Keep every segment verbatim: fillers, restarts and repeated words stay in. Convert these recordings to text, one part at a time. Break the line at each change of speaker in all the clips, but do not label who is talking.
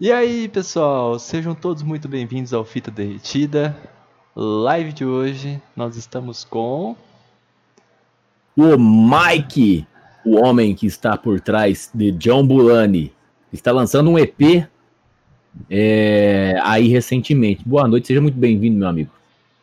E aí, pessoal, sejam todos muito bem-vindos ao Fita Derretida. Live de hoje, nós estamos com
o Mike, o homem que está por trás de John Bulani. Está lançando um E P é, aí recentemente. Boa noite, seja muito bem-vindo, meu amigo.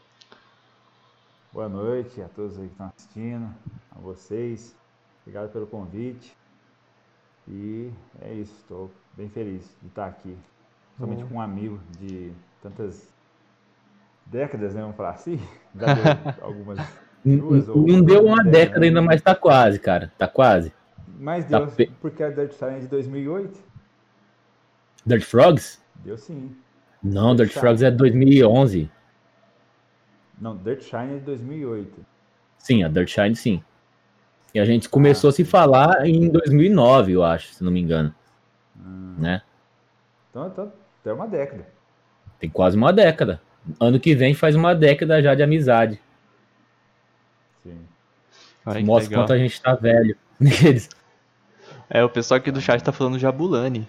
Boa noite a todos aí que estão assistindo, a vocês. Obrigado pelo convite. E é isso, estou bem feliz de estar aqui. Somente com um amigo de tantas décadas, né? Vamos falar assim. Já deu algumas duas
Não
ou
não deu uma
dez
década
anos.
ainda, mas tá quase, cara. Tá quase.
Mas
Tá
deu,
pe...
porque a Dirt Shine é de dois mil e oito.
Dirt Frogs?
Deu sim.
Não,
Dirt
Dirt Frogs
Shine.
é dois mil e onze.
Não, Dirt Shine é de dois mil e oito.
Sim, a Dirt Shine sim. E a gente começou
Ah,
a se
sim.
falar em dois mil e nove, eu acho, se não me engano.
Hum.
Né?
Então, então, é uma década.
Tem quase uma década. Ano que vem faz uma década já de amizade.
Sim.
Ai, que
Mostra
legal.
quanto a gente tá velho.
É, o pessoal aqui do chat tá falando Jabulani.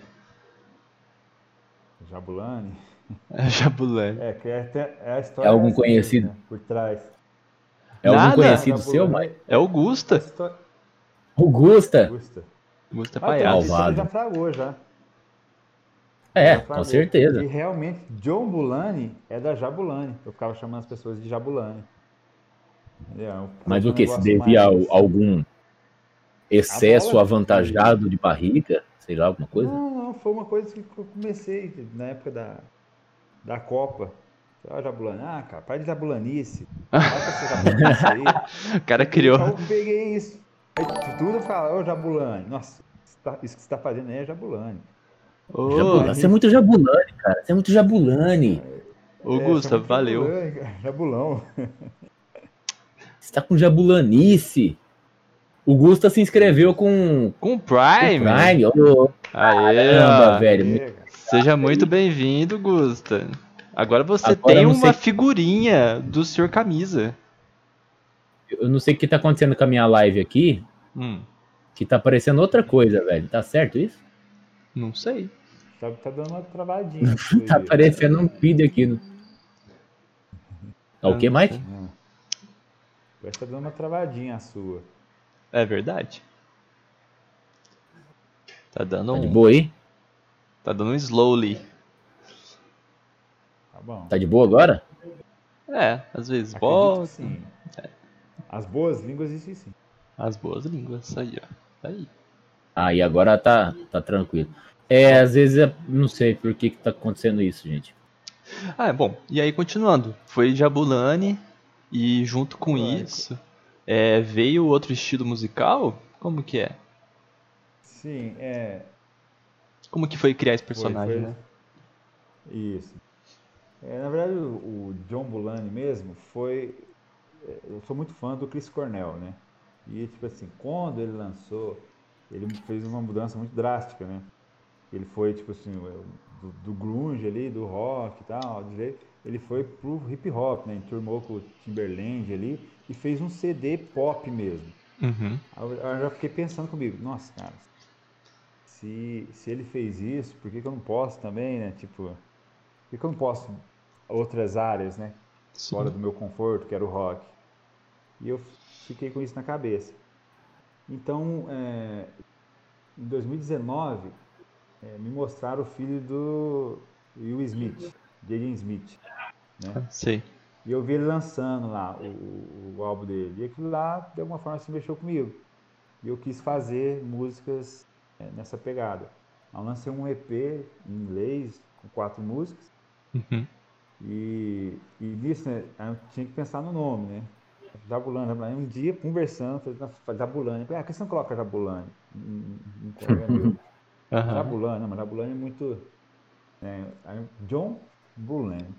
Jabulani.
É Jabulani.
É, que é, é a história
É algum
essa
conhecido?
mesmo, né? Por trás.
É algum
Nada.
conhecido seu,
Jabulani
Mike?
É o Gusta.
a história-
Augusta?
Augusta.
Gusta
Ah, então
Palhaço.
ele já, ele já
Malvado.
fragou já.
É,
Já
com
fragou.
certeza.
E realmente, John Bulani é da Jabulani. Eu ficava chamando as pessoas de Jabulani. Entendeu?
Mas
Foi
o
um
que? Se
negócio
devia a
mais...
algum excesso
bola
avantajado de barriga? Sei lá, alguma coisa?
Não, não, foi uma coisa que eu comecei na época da, da Copa. Ó, Jabulani. Ah, cara, para de Jabulanice. Para com essa Jabulanice aí.
O cara
E
criou.
então eu peguei isso. Aí tudo eu falava, ô Jabulani. Nossa, isso tá- isso que você tá fazendo aí é Jabulani.
Ô,
Jabulani. Você é muito Jabulani, cara. Você é muito Jabulani.
ô
É,
Gusta,
chama de
valeu.
Jabulani, cara. Jabulão.
Você tá com Jabulanice. O Gusta se inscreveu com
Com
o
Prime.
Prime. Ô,
Aê,
caramba,
ó.
velho.
É, cara.
Seja muito bem-vindo, Gusta. Agora você
Agora
tem
eu não
uma
sei-
figurinha do senhor Camisa.
Eu não sei o que tá acontecendo com a minha live aqui,
Hum,
que tá aparecendo outra coisa, velho. Tá certo isso?
não sei.
Tá, tá dando uma travadinha. sua
Tá
aí.
aparecendo um vídeo aqui. No... Tá o que,
Eu não
Mike?
sei.
Não. Vai estar dando uma travadinha a sua.
É verdade. Tá dando
Tá de
um.
boa aí?
Tá dando um slowly.
Tá bom.
Tá de boa agora?
É, às vezes
Acredito
volta.
que sim. As boas línguas, isso sim.
As boas línguas, aí, ó. Tá aí.
Ah, e agora tá, tá tranquilo. É, às vezes, eu não sei por que que tá acontecendo isso, gente.
Ah, é bom. E aí, continuando. Foi Jabulani e junto com
Jabulani.
isso é, veio outro estilo musical? Como que é?
Sim, é.
Como que foi criar esse
Foi,
personagem,
foi.
né?
Isso. É, na verdade, o, o John Bulani mesmo foi. é, Eu sou muito fã do Chris Cornell, né? E, tipo assim, quando ele lançou, ele fez uma mudança muito drástica, né? Ele foi, tipo assim, o- do, do grunge ali, do rock e tal, de jeito, ele foi pro hip hop, né? Enturmou com o Timberland ali e fez um C D pop mesmo.
Uhum.
Aí eu, eu já fiquei pensando comigo, nossa, cara, se, se ele fez isso, por que que eu não posso também, né? Tipo, por que que eu não posso outras áreas, né? Fora
Sim.
do meu conforto, que era o rock. E eu fiquei com isso na cabeça. Então, é, em dois mil e dezenove, é, me mostraram o filho do Will Smith, Jaden Smith, né?
Sei.
E eu vi ele lançando lá o, o, o álbum dele. E aquilo lá, de alguma forma, se mexeu comigo. E eu quis fazer músicas é, nessa pegada. Eu lancei um E P em inglês, com quatro músicas.
Uhum.
E, e nisso, né, eu tinha que pensar no nome, né? Jabulani, Jabulani. Um dia, conversando, falei, "Nossa, Jabulani. Falei, ah, por que você não coloca Jabulani? Um, um colega meu.
Aham.
Jabulani, não, mas Jabulani é muito. É, aí, John Bulani.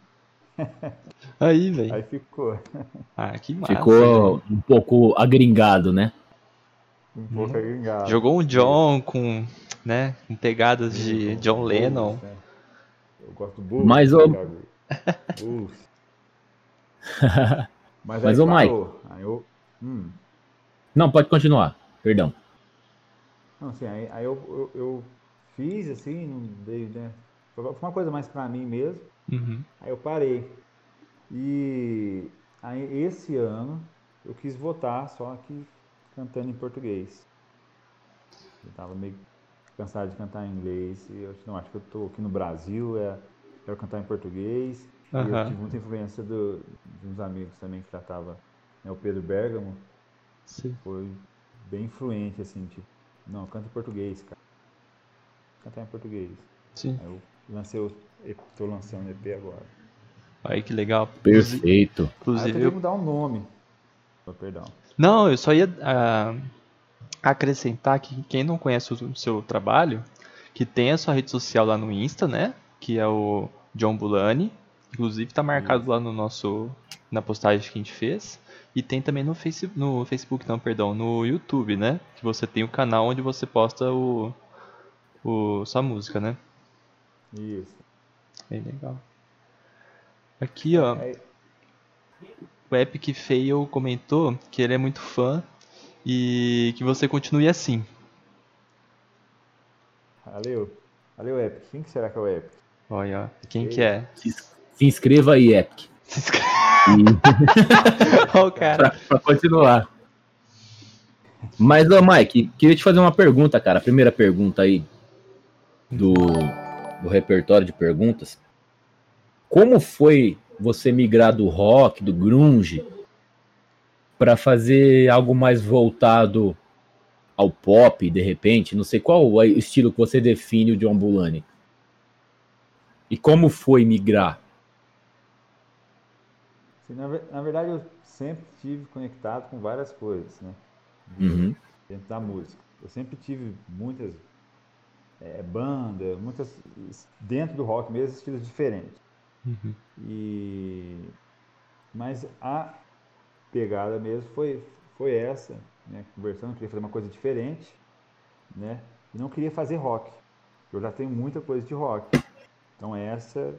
Aí, velho.
Aí ficou
Ah, que massa,
Ficou
velho.
um pouco agringado, né?
um pouco agringado.
Jogou um
Isso,
John com, né, com pegadas de
isso,
John
Bulls,
Lennon.
né? Eu gosto do Bulls,
Mas,
né,
ô,
Chicago Bulls. Mas aí
mas, ô Mike,
parou. Aí eu. Hum,
não, pode continuar, perdão.
não, assim, aí, aí eu, eu, eu fiz assim, não dei, né? Foi uma coisa mais pra mim mesmo.
Uhum.
Aí eu parei. E aí esse ano eu quis voltar, só que cantando em português. Eu tava meio cansado de cantar em inglês. E eu não, acho que eu tô aqui no Brasil, é, quero cantar em português. E eu
Aham.
tive muita influência do, de uns amigos também que já tava, né, o Pedro Bergamo,
Sim.
foi bem influente, assim, tipo, não, canta em português, cara. Cantar em português.
Sim.
Aí eu lancei o, tô lançando o E P agora.
Aí que legal. Inclusi-
Perfeito.
Aí eu
Inclusive,
teria que
eu...
mudar um nome. Oh, perdão.
Não, eu só ia ah, acrescentar que quem não conhece o seu trabalho, que tem a sua rede social lá no Insta, né? Que é o John Bulani. Inclusive tá marcado
Isso.
lá no nosso na postagem que a gente fez. E tem também no Facebook, no Facebook, não, perdão, no YouTube, né? Que você tem o canal onde você posta o, o sua música, né?
Isso.
Bem legal. Aqui,
É,
ó,
é,
o Epic Fail comentou que ele é muito fã e que você continue assim.
valeu. Valeu, Epic. Quem que será que é o Epic?
Olha, ó, quem que
Feio.
é?
Se, se inscreva aí, Epic.
Se inscreve.
E
Olha o cara.
pra, pra continuar. Mas, ô Mike, queria te fazer uma pergunta, cara. A primeira pergunta aí do, do repertório de perguntas. Como foi você migrar do rock, do grunge, para fazer algo mais voltado ao pop, de repente? Não sei qual é o estilo que você define o John Bulani. E como foi migrar?
Assim, na, ver- na verdade, eu sempre tive conectado com várias coisas, né? De-
Uhum.
dentro da música. Eu sempre tive muitas é, bandas, muitas dentro do rock mesmo, estilos diferentes.
Uhum.
E mas a pegada mesmo foi foi essa, né? Conversando, eu queria fazer uma coisa diferente, né? E não queria fazer rock. Eu já tenho muita coisa de rock. Então essa,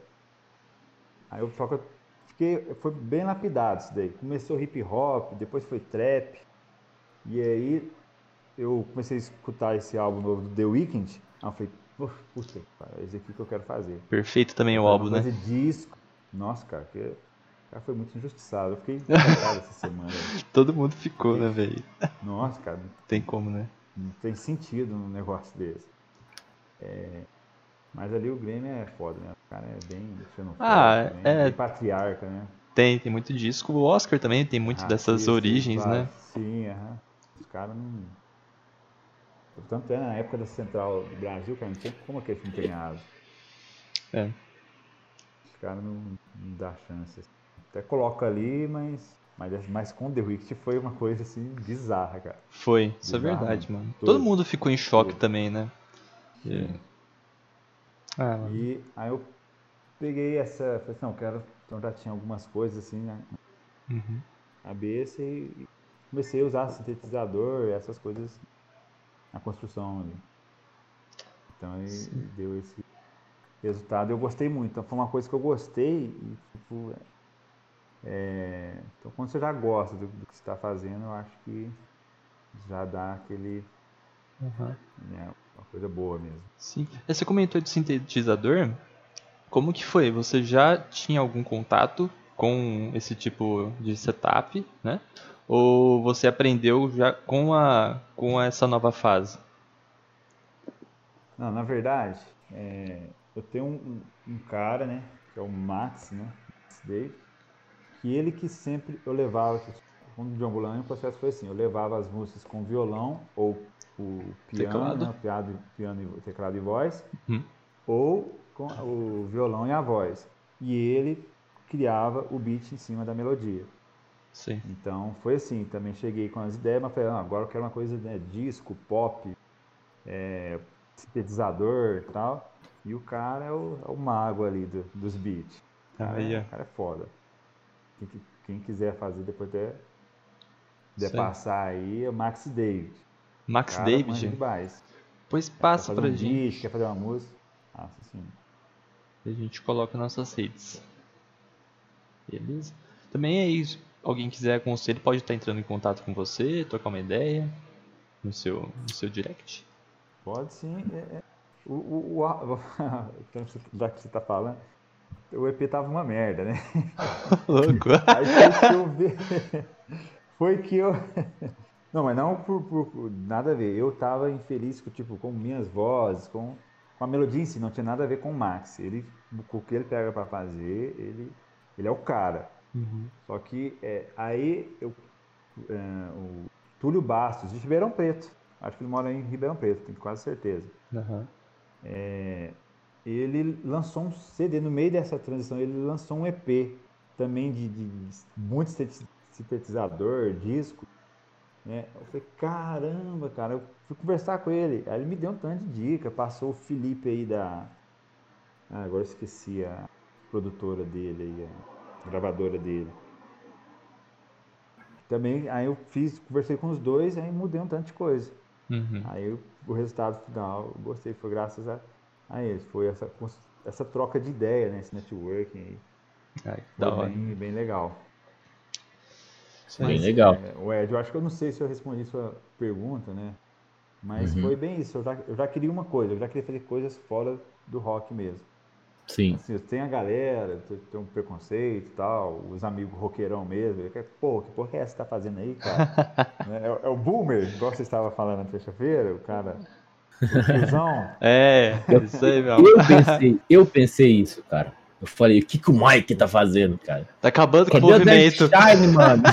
aí eu só que eu fiquei, foi bem lapidado isso daí. Começou hip hop, depois foi trap. E aí eu comecei a escutar esse álbum novo do The Weeknd. Aí eu falei, puta, cara, é esse aqui que eu quero fazer.
Perfeito também
Quero
o
fazer uma
álbum, né?
coisa de disco. Nossa, cara, que o cara foi muito injustiçado. Eu fiquei chateado essa semana.
Todo mundo ficou,
Fiquei,
né, velho?
nossa, cara,
Tem como, né?
não tem sentido um negócio desse. É, mas ali o Grêmio é foda, né? O cara é bem xenofóbico,
Ah,
bem,
é.
bem patriarca, né?
Tem, tem muito disco. O Oscar também tem muito dessas
Racista e
origens,
vai.
né?
Sim, aham. Os caras não. Tanto é na época da Central do Brasil, cara, não tinha como aquele filme ter ganhado.
É.
Os caras não, não dá chance. Assim. Até coloca ali, mas. Mas, mas com The Wicked foi uma coisa assim bizarra, cara.
Foi, isso é
Bizarra não.
verdade, mano. Todo
Todo,
mundo ficou em choque
todo.
também, né? E-
Sim.
Ah, mano.
E aí eu peguei essa. Falei assim, não, quero. Então já tinha algumas coisas assim na
Uhum.
cabeça e comecei a usar sintetizador, essas coisas na construção ali. Então aí
Sim.
deu esse resultado. Eu gostei muito. Então foi uma coisa que eu gostei e tipo. É, então quando você já gosta do, do que você está fazendo, eu acho que já dá aquele.
Uhum.
Né, uma coisa boa mesmo.
Sim. E você comentou de sintetizador. Como que foi? Você já tinha algum contato com esse tipo de setup, né? Ou você aprendeu já com a com essa nova fase?
Não, na verdade, é, eu tenho um, um- um cara, né, que é o Max, né, Max Dave, que ele que sempre eu levava, tipo, com o John Bulani, o processo foi assim, eu levava as músicas com violão ou o piano,
Teclado?
né, o piano, piano e teclado e voz,
Uhum.
ou com o violão e a voz. E ele criava o beat em cima da melodia.
Sim.
Então foi assim, também cheguei com as ideias, mas falei, ah, agora eu quero uma coisa, né, disco, pop, é, sintetizador e tal. E o cara é o, é o mago ali do, dos beats. O cara,
Aí,
é,
ó.
o cara é foda. Quem, quem quiser fazer depois até de
Isso aí.
passar aí é o Max David. O
Max
cara manja
David?
demais.
Pois
É, quer
passa
fazer
pra
um beat,
gente.
quer fazer uma música. Nossa, assim.
E a gente coloca nas nossas redes. Beleza? Também é isso. Alguém quiser conselho, pode estar entrando em contato com você, trocar uma ideia no seu, no seu direct.
Pode sim. É, é, O, o, o, já que você tá falando, o E P tava uma merda, né?
Louco.
Aí foi que eu vi. Foi que eu. Não, mas não por, por nada a ver. Eu tava infeliz com, tipo, com minhas vozes, com, com a melodia em si, não tinha nada a ver com o Max. Ele, com o que ele pega pra fazer, ele, ele é o cara.
Uhum.
Só que é, aí eu, é, o Túlio Bastos, de Ribeirão Preto. Acho que ele mora em Ribeirão Preto, tenho quase certeza.
Uhum.
É, ele lançou um C D, no meio dessa transição, ele lançou um E P também de, de muito sintetizador, disco. Né? Eu falei, caramba, cara, eu fui conversar com ele. Aí ele me deu um tanto de dica, passou o Felipe aí da. Ah, agora eu esqueci a produtora dele aí, a gravadora dele. Também, aí eu fiz, conversei com os dois, aí mudei um tanto de coisa.
Uhum.
Aí eu, o resultado final, eu gostei, foi graças a, a eles. Foi essa, essa troca de ideia, né? Esse networking aí.
Ai,
Foi
da hora.
bem, bem legal.
Isso aí.
Bem legal.
É, o Ed, eu acho que eu não sei se eu respondi sua pergunta, né? Mas
Uhum.
foi bem isso. Eu já, eu já queria uma coisa, eu já queria fazer coisas fora do rock mesmo.
Sim.
Assim, tem a galera, tem um preconceito e tal, os amigos roqueirão mesmo. Eu, Pô, que porra é essa que você tá fazendo aí, cara? Né? é, é o boomer, igual você estava falando na terça-feira, o cara, o tiozão.
É,
Eu,
isso aí, meu.
eu pensei, eu pensei isso, cara. Eu falei, o que, que o Mike tá fazendo, cara?
Tá acabando com o
Cadê o
movimento.
Shine, mano?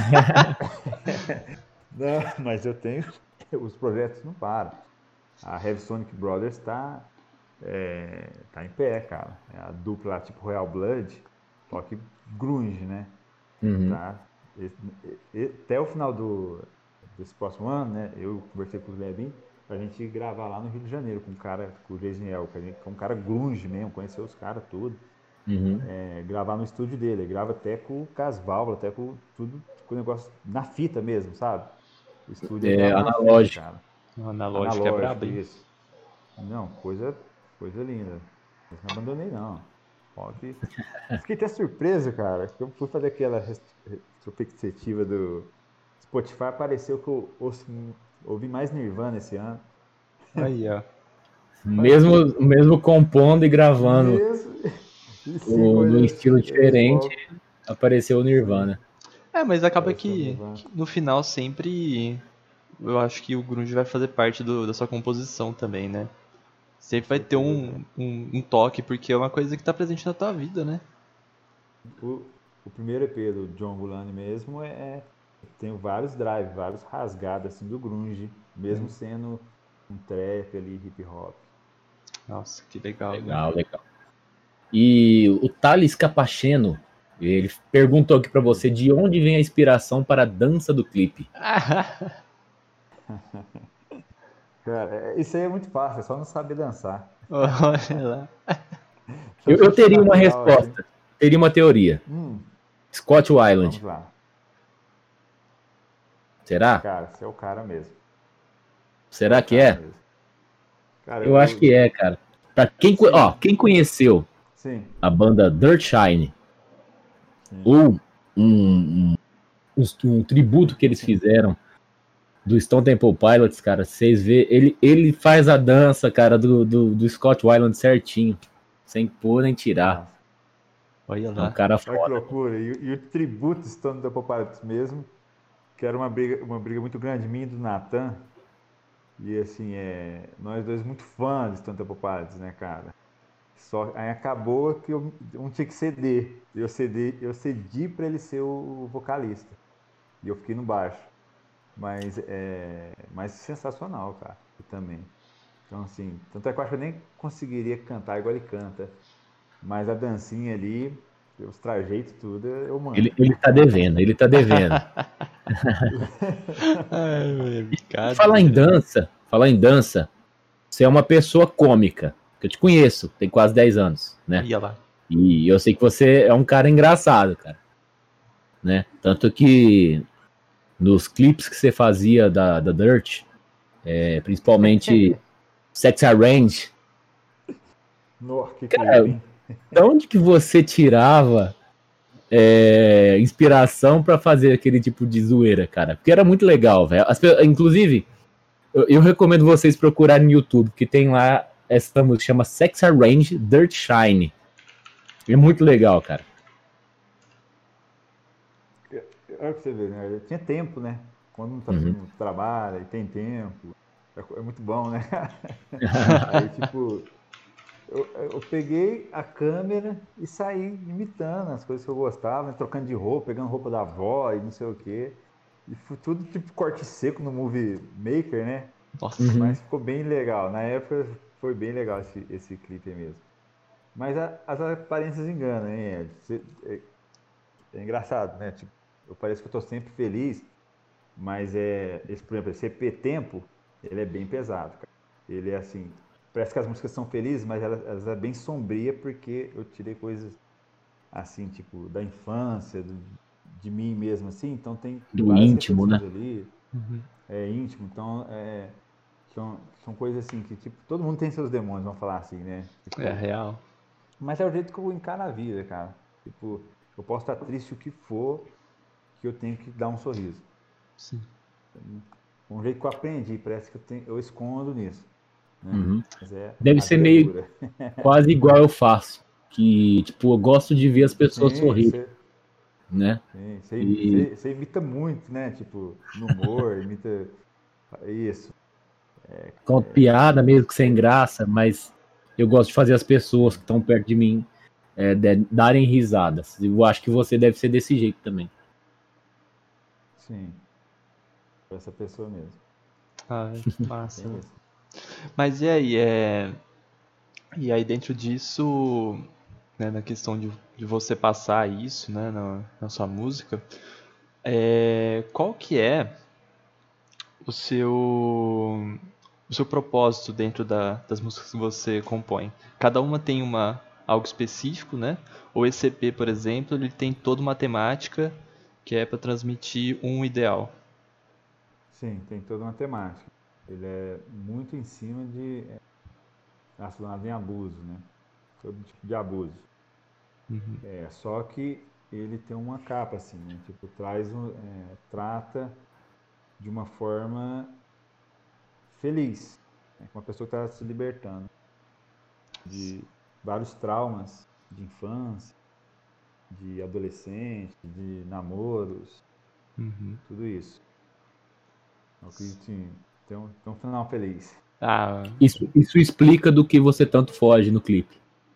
Não, mas eu tenho. Os projetos não param. A Heavy Sonic Brothers tá, é, tá em pé, cara. É a dupla tipo Royal Blood, toque grunge, né?
Uhum.
Tá? E, e, até o final do, desse próximo ano, né? Eu conversei com o Lebin pra gente gravar lá no Rio de Janeiro com um cara, com o Gesiel, que é um cara grunge mesmo, conheceu os caras tudo.
Uhum.
É, gravar no estúdio dele, ele grava até com as válvulas, até com tudo, com o negócio na fita mesmo, sabe? O estúdio ele
É,
grava na fita,
analógico.
cara.
O analógico é brabo, hein?
isso. Não, coisa, coisa linda. Mas não abandonei, não. Ó, que... Fiquei até surpreso, cara. Eu fui fazer aquela retrospectiva do Spotify, apareceu que eu ouço, ouvi mais Nirvana esse ano.
Aí, ó.
Mesmo, mesmo compondo e gravando
Mesmo. E sim,
o, num
coisa,
estilo diferente, apareceu o Nirvana.
É, mas acaba
Apareceu o
que,
Nirvana.
que no final sempre eu acho que o grunge vai fazer parte do- da sua composição também, né? Sempre vai ter um, um, um toque, porque é uma coisa que tá presente na tua vida, né?
O, o primeiro E P do John Mulaney mesmo é, é tem vários drives, vários rasgados assim do grunge, mesmo sendo um trap ali, hip hop.
Nossa, que legal. né?
Legal, legal. E o Thales Capacheno, ele perguntou aqui pra você de onde vem a inspiração para a dança do clipe.
Cara, é- isso aí é muito fácil, é só não saber dançar.
Olha lá.
Eu, eu teria uma
Natural,
resposta, teria uma teoria.
assim. Hum,
Scott
vamos
Weiland,
lá.
será?
Cara, você é o cara mesmo.
Será que
Cara
é?
mesmo. Cara,
Eu acho que é, cara. Pra quem, co- ó, quem conheceu
Sim.
a banda Dirt Shine,
Sim.
ou um, um, um, um tributo que eles fizeram do Stone Temple Pilots, cara, vocês vê, ele, ele faz a dança, cara, do, do, do Scott Weiland certinho, sem pôr nem tirar.
Nossa.
Olha
É um
lá.
cara
Olha que
foda.
loucura. E, o- e o tributo Stone Temple Pilots mesmo, que era uma briga, uma briga muito grande minha e do Nathan. E assim, é, nós dois muito fãs de Stone Temple Pilots, né, cara? Só, aí acabou que eu, um tinha que ceder. Eu cedi, eu cedi pra ele ser o vocalista. E eu fiquei no baixo. Mas é mas sensacional, cara, também. Então, assim, tanto é que eu acho que eu nem conseguiria cantar igual ele canta. Mas a dancinha ali, os trajeitos, tudo, eu manjo.
Ele, ele tá devendo, ele tá devendo.
Ai, meu,
E falar em dança, falar em dança, você é uma pessoa cômica, que eu te conheço, tem quase dez anos, né?
Olha lá.
E eu sei que você é um cara engraçado, cara. Né? Tanto que nos clipes que você fazia da, da Dirt, é, principalmente Sex Arrange,
Nossa, que
cara,
clipe, hein?
de onde que você tirava é, inspiração pra fazer aquele tipo de zoeira, cara? Porque era muito legal, velho. As pe- Inclusive, eu, eu recomendo vocês procurarem no YouTube, que tem lá essa música chama Sex Arrange Dirt Shine. É muito legal, cara.
Olha pra você ver, né? Eu tinha tempo, né? Quando não, tá,
Uhum.
não trabalha e tem tempo, é, é muito bom, né? Aí, tipo, eu, eu peguei a câmera e saí imitando as coisas que eu gostava, né? Trocando de roupa, pegando roupa da avó e não sei o quê. E foi tudo tipo corte seco no Movie Maker, né?
Nossa.
Uhum.
Mas ficou bem legal. Na época foi bem legal esse, esse clipe aí mesmo. Mas a- as aparências enganam, hein, Ed? Você- é, é engraçado, né? Tipo, eu pareço que eu tô sempre feliz, mas é, esse, por exemplo, esse E P Tempo, ele é bem pesado, cara. Ele é assim, parece que as músicas são felizes, mas elas, elas é bem sombria porque eu tirei coisas assim, tipo, da infância, do- de mim mesmo, assim, então tem
Do
várias
íntimo,
reflexões
né?
ali,
Uhum.
é íntimo, então é, são, são coisas assim que, tipo, todo mundo tem seus demônios, vamos falar assim, né?
É
Tipo,
real.
mas é o jeito que eu encaro a vida, cara. Tipo, eu posso estar triste o que for, que eu tenho que dar um sorriso.
Sim.
Um jeito que eu aprendi, parece que eu, tenho, eu escondo nisso, né?
Uhum.
Mas é,
Deve
a
ser
vida é
meio
dura.
quase igual eu faço. Que, tipo, eu gosto de ver as pessoas
Sim,
sorrir,
você,
né?
sim, você,
E
você, você imita muito, né? Tipo, no humor, imita isso.
conto piada, mesmo que sem graça, mas eu gosto de fazer as pessoas que estão perto de mim é, de- darem risadas. Eu acho que você deve ser desse jeito também.
Sim, essa pessoa mesmo.
Ah, massa.
Tem isso.
Mas e aí, é... E aí dentro disso, né, na questão de, de você passar isso, né, na, na sua música, é... qual que é o seu o seu propósito dentro da, das músicas que você compõe? Cada uma tem uma algo específico, né? O E C P, por exemplo, ele tem toda uma temática que é para transmitir um ideal.
Sim, tem toda uma temática. Ele é muito em cima de é, relacionado em abuso, né? Todo tipo de abuso.
Uhum.
É, só que ele tem uma capa assim, né? Tipo, traz um, é, trata de uma forma feliz, né? Com uma pessoa que está se libertando de vários traumas de infância, de adolescente, de namoros,
Uhum.
tudo isso. Eu acredito sim, tem um, tem um final feliz.
Ah,
Isso, isso explica do que você tanto foge no clipe.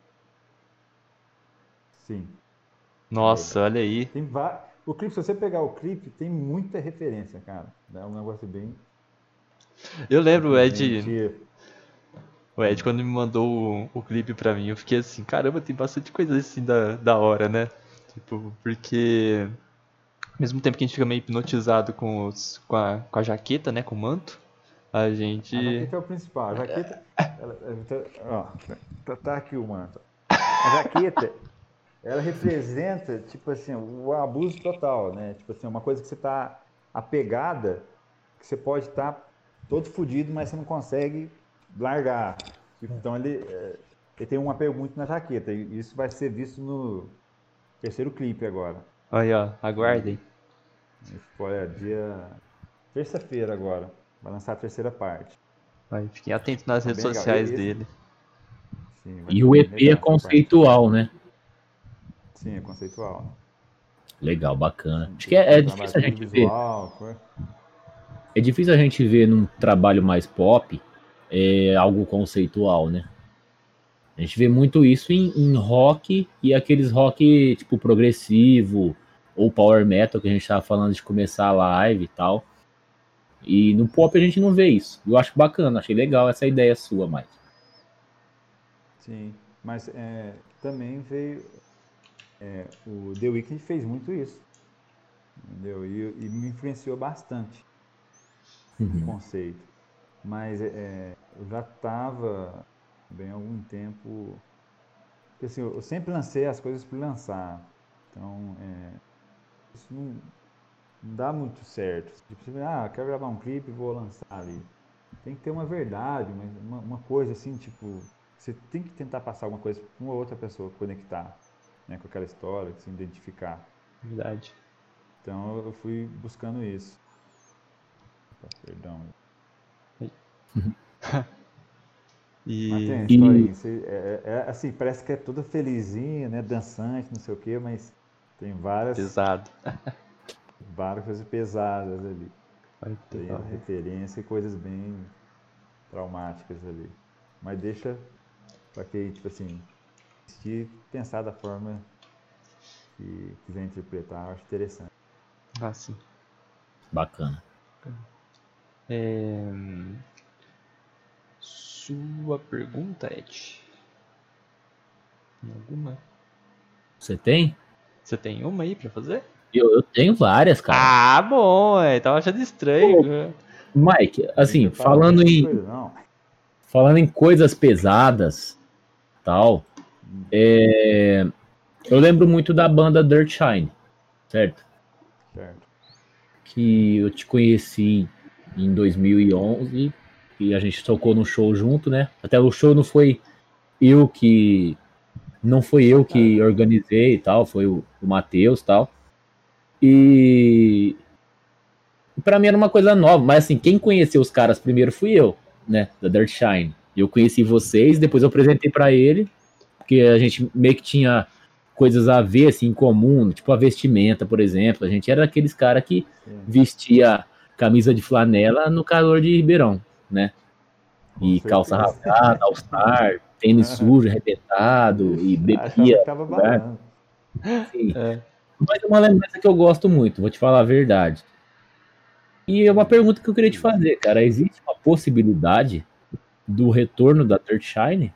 Sim, é
nossa,
verdade.
olha aí.
Tem va... O clipe, se você pegar o clipe, tem muita referência, cara. É um negócio bem.
Eu lembro o Ed,
Simplesmente.
o Ed quando me mandou o, o clipe pra mim, eu fiquei assim, caramba, tem bastante coisa assim da, da hora, né? Tipo, porque ao mesmo tempo que a gente fica meio hipnotizado com, os, com, a, com a jaqueta, né, com o manto, a
A
gente...
jaqueta é o principal. A jaqueta. Ela, ela tá, ó, tá, tá aqui o manto. A jaqueta, ela representa, tipo assim, o abuso total, né? Tipo assim, uma coisa que você tá apegada, que você pode estar tá todo fodido, mas você não consegue largar. Então ele, é, ele tem um apego muito na jaqueta. E isso vai ser visto no terceiro clipe agora.
Aí, ó,
Que
aguardem.
foi é, dia terça-feira agora. Vai lançar a terceira parte.
Aí, fiquem atentos nas
Tá
redes
bem legal.
sociais
E- Esse,
dele.
sim, vai
E
estar
o
bem
E P é
legal essa parte.
conceitual, né?
Sim, é conceitual, né?
Legal, bacana.
Sim,
Acho que
tem,
é,
tem
é
um trabalho
difícil a
todo
gente ver.
visual. Foi.
É difícil a gente ver num trabalho mais pop é, algo conceitual, né? A gente vê muito isso em, em rock e aqueles rock tipo progressivo ou power metal que a gente tava falando de começar a live e tal. E no pop a gente não vê isso. Eu acho bacana, achei legal essa ideia sua, Mike.
Sim, mas é, também veio. É, o The Weeknd fez muito isso, entendeu? E, e me influenciou bastante no
Uhum.
conceito. Mas é, eu já estava bem há algum tempo. Porque assim, eu sempre lancei as coisas por lançar. Então, é, isso não, não dá muito certo. Tipo, você, ah, quero gravar um clipe e vou lançar ali. Tem que ter uma verdade, mas uma, uma coisa assim, tipo, você tem que tentar passar alguma coisa para uma outra pessoa conectar, né, com aquela história, se identificar.
Verdade.
Então eu fui buscando isso. Opa, perdão. Mas tem
E
a
E
historinha. Você- É, é- é, assim, parece que é toda felizinha, né? Dançante, não sei o quê, mas tem várias,
pesado.
várias coisas pesadas ali.
Vai
Tem
pegar o-
referência e coisas bem traumáticas ali. Mas deixa pra quem, tipo assim, assistir, pensar da forma que quiser interpretar, eu acho interessante.
Ah, sim.
bacana.
É, Sua pergunta, Ed? Tem alguma?
Você tem?
Você tem uma aí pra fazer?
Eu, eu tenho várias, cara.
Ah, bom, é. Tava achando
Ô,
estranho.
Mike,
Não
assim,
prepara bem
falando
essas
em,
coisas, não.
falando em coisas pesadas, tal, é, eu lembro muito da banda Dirt Shine, certo?
Certo.
Que eu te conheci em dois mil e onze e a gente tocou num show junto, né? Até o show não foi eu que não foi eu
Cara,
que organizei e tal, foi o, o Matheus e tal. E pra mim era uma coisa nova, mas assim, quem conheceu os caras primeiro fui eu, né, da Dirt Shine. Eu conheci vocês, depois eu apresentei pra ele, porque a gente meio que tinha coisas a ver assim em comum, tipo a vestimenta, por exemplo. A gente era aqueles cara que
sim,
vestia camisa de flanela no calor de Ribeirão, né?
com
E calça
certeza.
rasgada, all-star, tênis sujo, arrebentado e
Ixi, achava
bebia
que tava
no lugar.
balando.
Sim.
É.
Mas é uma lembrança que eu gosto muito, vou te falar a verdade. E é uma
Hum,
pergunta que eu queria
que
te
isso.
fazer, cara. Existe uma possibilidade do retorno da Dirt Shine?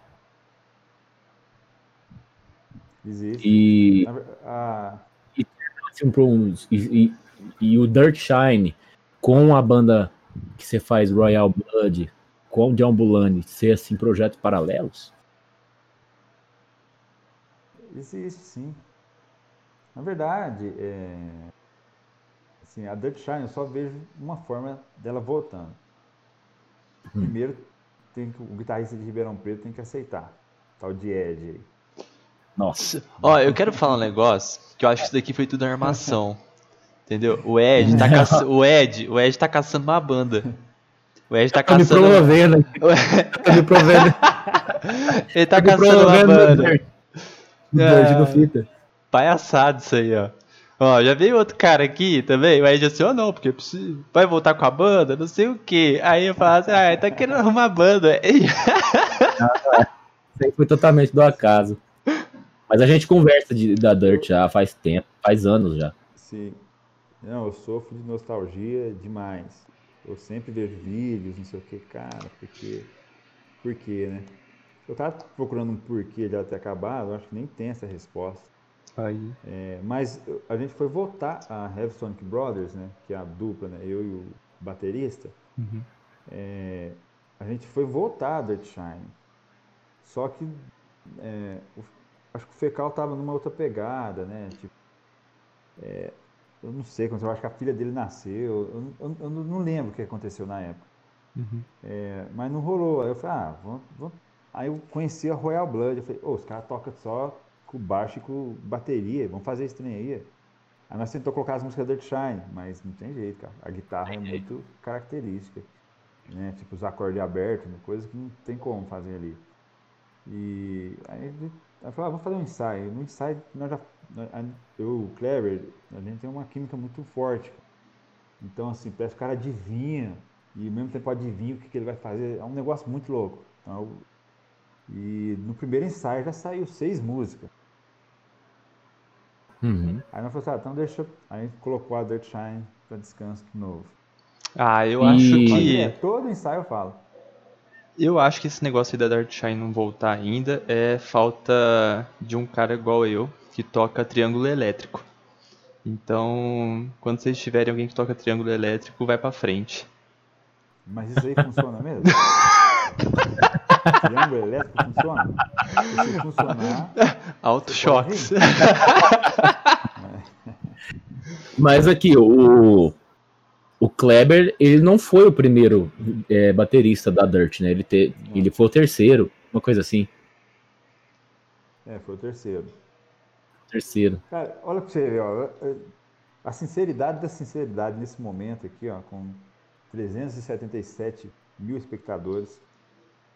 Existe.
E,
Na ver- a-
e, assim, pra uns- e, e- e o Dirt Shine com a banda que você faz Royal Blood, com o John Bulani, ser assim projetos paralelos?
existe, sim. Na verdade, é, assim, a Dirt Shine eu só vejo uma forma dela voltando.
Hum.
Primeiro, tem que, o guitarrista de Ribeirão Preto tem que aceitar. Tal de Ed aí.
Nossa.
Ó, eu quero falar um negócio que eu acho que isso daqui foi tudo armação. Entendeu? O Ed tá caçando. O Ed, o Ed tá caçando uma banda. O Ed tá
Tô me
caçando.
promovendo, tô me promovendo,
Ele
tô
tá
me
caçando uma
promovendo no
banda.
Dirt, no Dirt no
Ah,
fita.
palhaçado isso aí, ó. Ó, já veio outro cara aqui também, o Ed assim, ó, não, porque eu preciso, vai voltar com a banda, não sei o que. Aí eu falo assim, ah, ele tá querendo arrumar banda.
Isso aí foi totalmente do acaso. Mas a gente conversa de, da Dirt
Eu,
já faz tempo, faz anos já.
sim, não, eu sofro de nostalgia demais. Eu sempre vejo vídeos, não sei o que, cara, porque, por quê, né? Eu tava procurando um porquê de ela ter acabado, eu acho que nem tem essa resposta.
Aí,
É, mas eu- a gente foi votar a Heavy Sonic Brothers, né? Que é a dupla, né? Eu e o baterista.
uhum.
É, a gente foi votar a Dirt Shine. Só que é, o- acho que o Fecal tava numa outra pegada, né? Tipo, eu não sei, quando eu acho que a filha dele nasceu. Eu, eu- eu não lembro o que aconteceu na época.
Uhum.
É, mas não rolou. Aí eu falei, ah, vamos, vamos. Aí eu conheci a Royal Blood. Eu falei, ô, os caras tocam só com baixo e com bateria. Vamos fazer esse trem aí. Aí nós tentou colocar as músicas da Dirt Shine, mas não tem jeito, cara. A guitarra é muito característica, né? Tipo os acordes abertos, né? Coisa que não tem como fazer ali. E aí eu falei, ah, vamos fazer um ensaio. No ensaio, nós já, eu e o Clever, a gente tem uma química muito forte. Então, assim, parece que o cara adivinha, e ao mesmo tempo adivinha o que, que ele vai fazer. É um negócio muito louco. Então, e no primeiro ensaio já saiu seis músicas.
Uhum.
Aí nós falamos, ah, então deixa. Aí a gente colocou a Dirt Shine para descanso de novo.
Ah, eu acho
Eu falo
E
que.
direto, todo ensaio eu falo.
Eu acho que esse negócio aí da Dark Shine não voltar ainda é falta de um cara igual eu que toca triângulo elétrico. Então, quando vocês tiverem alguém que toca triângulo elétrico, vai pra frente.
Mas isso aí funciona mesmo? Triângulo elétrico funciona? Porque se funcionar,
Alto
você pode
choques.
vir.
mas aqui o o Kleber, ele não foi o primeiro é, baterista da Dirt, né? Ele te,
Não.
ele foi o terceiro, uma coisa assim,
É, foi o terceiro.
terceiro.
Cara, olha pra você ver, ó. A sinceridade da sinceridade nesse momento aqui, ó, com trezentos e setenta e sete mil espectadores.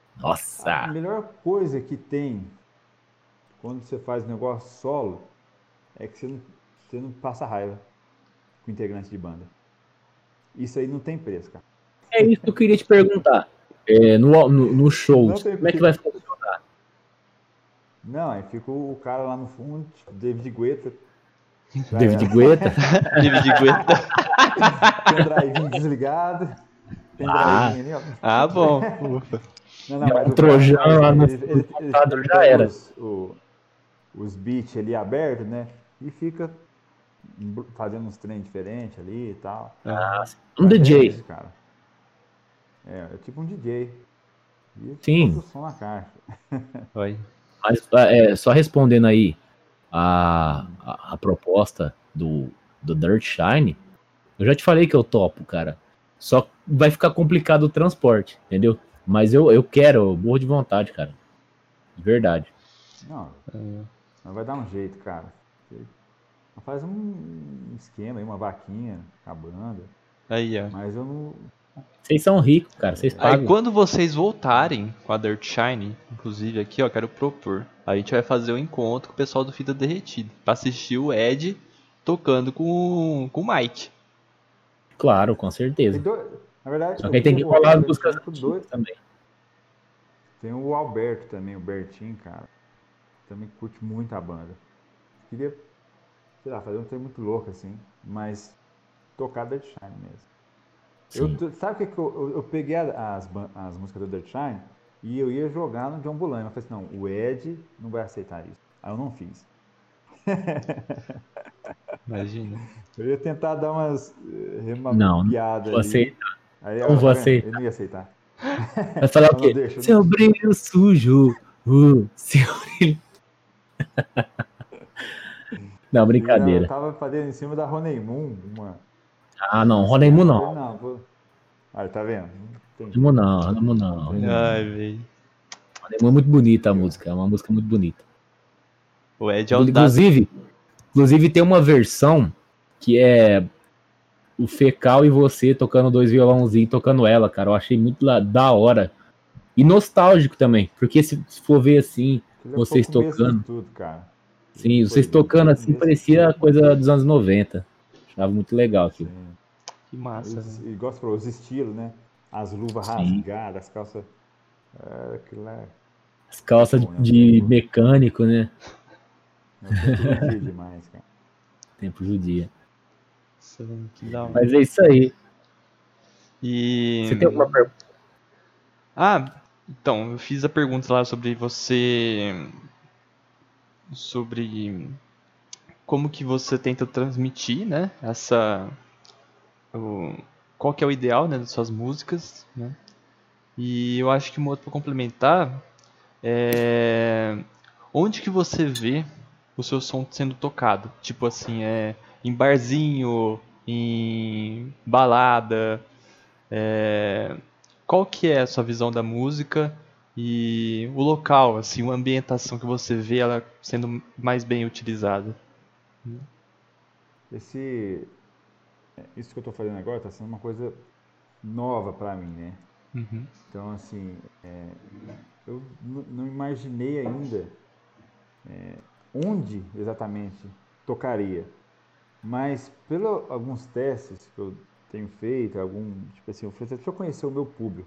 A
Nossa!
melhor coisa que tem quando você faz negócio solo é que você não, você não passa raiva com integrante de banda. Isso aí não tem preço, cara.
É isso que eu queria te perguntar. É, no, no, no show,
Não tem
como é que vai
preço.
funcionar?
Não, aí fica o cara lá no fundo, tipo, David Guetta. Já
David
era.
Guetta?
David Guetta.
Pendrive desligado.
Ah,
Pendrive ali, ó.
Ah, bom. Ufa.
Não, não,
é
mas
um
o cara
trojão
faz.
lá no,
Ele,
no
ele, ele,
computador,
ele
já
pega
era.
os, o- os beats ali abertos, né? E fica fazendo uns trem diferentes ali e tal.
Ah,
Um
Mas é
D J,
isso, cara. É, é tipo um D J. E bota
sim.
o som na caixa.
vai.
Mas é, só respondendo aí a, a, a proposta do, do Dirt Shine, eu já te falei que eu topo, cara. Só vai ficar complicado o transporte, entendeu? Mas eu, eu quero, eu morro de vontade, cara. De verdade.
Não, mas vai dar um jeito, cara. Você faz um esquema aí, uma vaquinha, com a banda.
Aí, ó.
Mas eu não.
Vocês são ricos, cara. Vocês
Aí
pagam.
quando vocês voltarem com a Dirt Shine, inclusive aqui, ó, quero propor. A gente vai fazer um encontro com o pessoal do Fita Derretida pra assistir o Ed tocando com, com o Mike.
Claro, com
Tem
certeza.
dois, na verdade,
Só
eu
que aí tem
queria
que
voltar
rolar
no
as
Dirt
músicas
Shine com
antigas
dois.
também.
Tem o Alberto também, o Bertinho, cara. Também curte muito a banda. Queria, sei lá, fazer um trem muito louco assim, mas tocar Dirt Shine mesmo. Eu,
Sim.
t- sabe o que, que eu, eu, eu peguei a- as, ban- as músicas do Dirt Shine e eu ia jogar no John Bulani. Eu falei assim, não, o Ed não vai aceitar isso. Aí eu não fiz.
Imagina.
Eu ia tentar dar umas, eh, uma
Não, não
piada
vou
ali.
aceitar.
Aí,
Não
ó,
vou
tá vendo? Ele
aceitar.
não ia aceitar.
Vai falar o
Eu não
quê?
deixo.
Seu brilho sujo. Uh, seu brilho. Não,
E eu
brincadeira.
tava fazendo em cima da Honey Moon, uma,
Ah,
um
não, Ronemo
esquema. Eu falei,
não.
não, vou. Aí, tá vendo? Não tem
Ronemo
jeito.
não, Ronemo
Não
não.
tem
Ronemo
jeito.
Ai,
não.
velho.
Ronemo é muito bonita a
Eu,
música, é uma música muito bonita.
O Ed é o da...
Inclusive, inclusive tem uma versão que é o Fecal e você tocando dois violãozinhos, tocando ela, cara. Eu achei muito la- da hora. E nostálgico também, porque se se for ver assim,
ele foi o
vocês
começo de
tocando,
tudo, cara. Ele
sim,
foi
vocês tocando
o
assim,
começo de
parecia
tudo.
coisa dos anos noventa. Achava muito legal aquilo.
Sim.
Que massa,
Os,
velho.
e gosto falou, os estilos, né? As luvas
Sim.
rasgadas, as calças. É, aquilo lá é
As calças de,
bom, né? O
de
tempo,
mecânico, né?
o tempo judia demais, cara.
Tempo judia.
Nossa, velho, que da hora.
Mas é isso aí.
E...
Você tem alguma pergunta?
Ah, então, eu fiz a pergunta lá sobre você... Sobre como que você tenta transmitir, né? Essa... O, qual que é o ideal, né, das suas músicas, né? E eu acho que uma outra para complementar é... Onde que você vê o seu som sendo tocado? Tipo assim, é em barzinho, em balada, é... qual que é a sua visão da música e o local, assim, a ambientação que você vê ela sendo mais bem utilizada?
Esse, isso que eu tô fazendo agora tá sendo uma coisa nova pra mim, né?
Uhum.
Então, assim, é, eu n- não imaginei ainda onde exatamente tocaria. Mas, pelos alguns testes que eu tenho feito, algum, tipo assim, eu falei, deixa eu conhecer o meu público.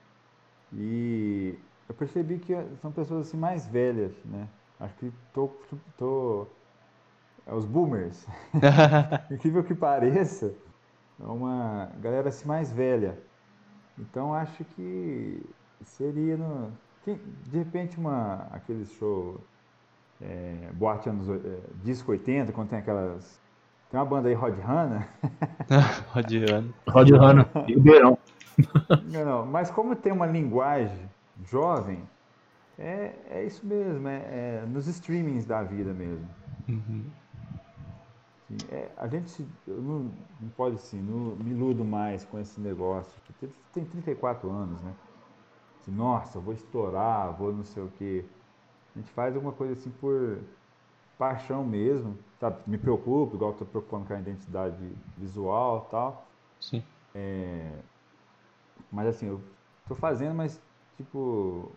E eu percebi que são pessoas assim mais velhas, né? Acho que tô, tô é os boomers. Incrível que pareça, é uma galera assim mais velha. Então acho que seria no, quem- de repente uma aqueles show é, boate anos oi- é, disco oitenta, quando tem aquelas tem uma banda aí Rod Hanna.
Rodeando.
Rod Hanna, Ribeirão.
Não, não, mas como tem uma linguagem jovem, é, é isso mesmo, é, é nos streamings da vida mesmo.
Uhum.
Assim, é, a gente se, eu não, não pode assim, não me iludo mais com esse negócio. Porque tem trinta e quatro anos, né? Assim, nossa, eu vou estourar, vou não sei o quê. A gente faz alguma coisa assim por paixão mesmo, sabe? Me preocupo, igual estou preocupando com a identidade visual e tal.
Sim.
Mas assim, eu tô fazendo, mas tipo,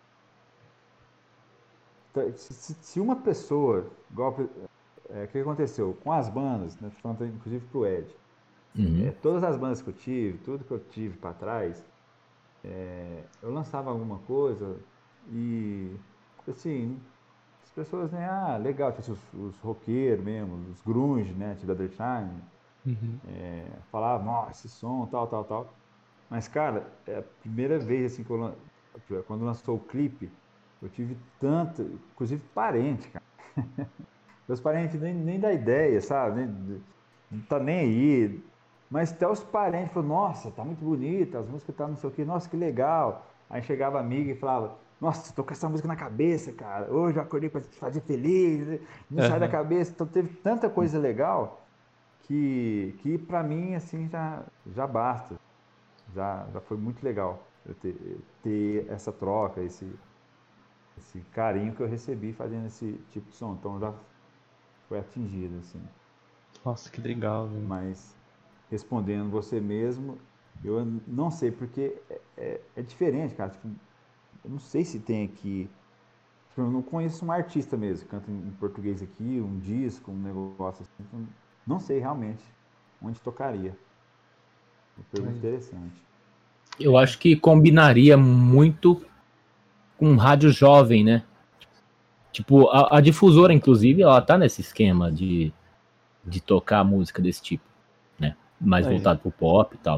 se, se- se uma pessoa, igual, é, o que aconteceu com as bandas, né, tô falando inclusive pro Ed, é,
Uhum.
todas as bandas que eu tive, tudo que eu tive para trás, é, eu lançava alguma coisa e, assim, as pessoas, né, ah, legal, tipo, os, os roqueiros mesmo, os grunge, né, tipo da The Time,
Uhum.
é, falavam, nossa, esse som, tal, tal, tal. Mas, cara, é a primeira vez, assim, que eu, lan- quando lançou o clipe, eu tive tanto, inclusive parente, cara. Meus parentes nem, nem dá ideia, sabe? Nem, não tá nem aí. Mas até os parentes falaram, nossa, tá muito bonita, as músicas tá não sei o quê, nossa, que legal. Aí chegava amiga e falava, nossa, tô com essa música na cabeça, cara. Hoje eu acordei pra te fazer feliz, não sai da
Aham.
cabeça. Então teve tanta coisa legal que, que para mim, assim, já, já basta. Já, já foi muito legal eu ter, ter essa troca, esse, esse carinho que eu recebi fazendo esse tipo de som. Então já foi atingido, assim.
Nossa, que legal, velho.
Mas respondendo você mesmo, eu não sei, porque é, é, é diferente, cara. Tipo, eu não sei se tem aqui. Tipo, eu não conheço um artista mesmo que canta em português aqui, um disco, um negócio assim. Então, não sei realmente onde tocaria. Uma pergunta
Aí.
interessante.
Eu acho que combinaria muito com rádio jovem, né? Tipo, a, a difusora, inclusive, ela tá nesse esquema de, de tocar música desse tipo, né? Mais
Aí.
voltado pro pop e tal.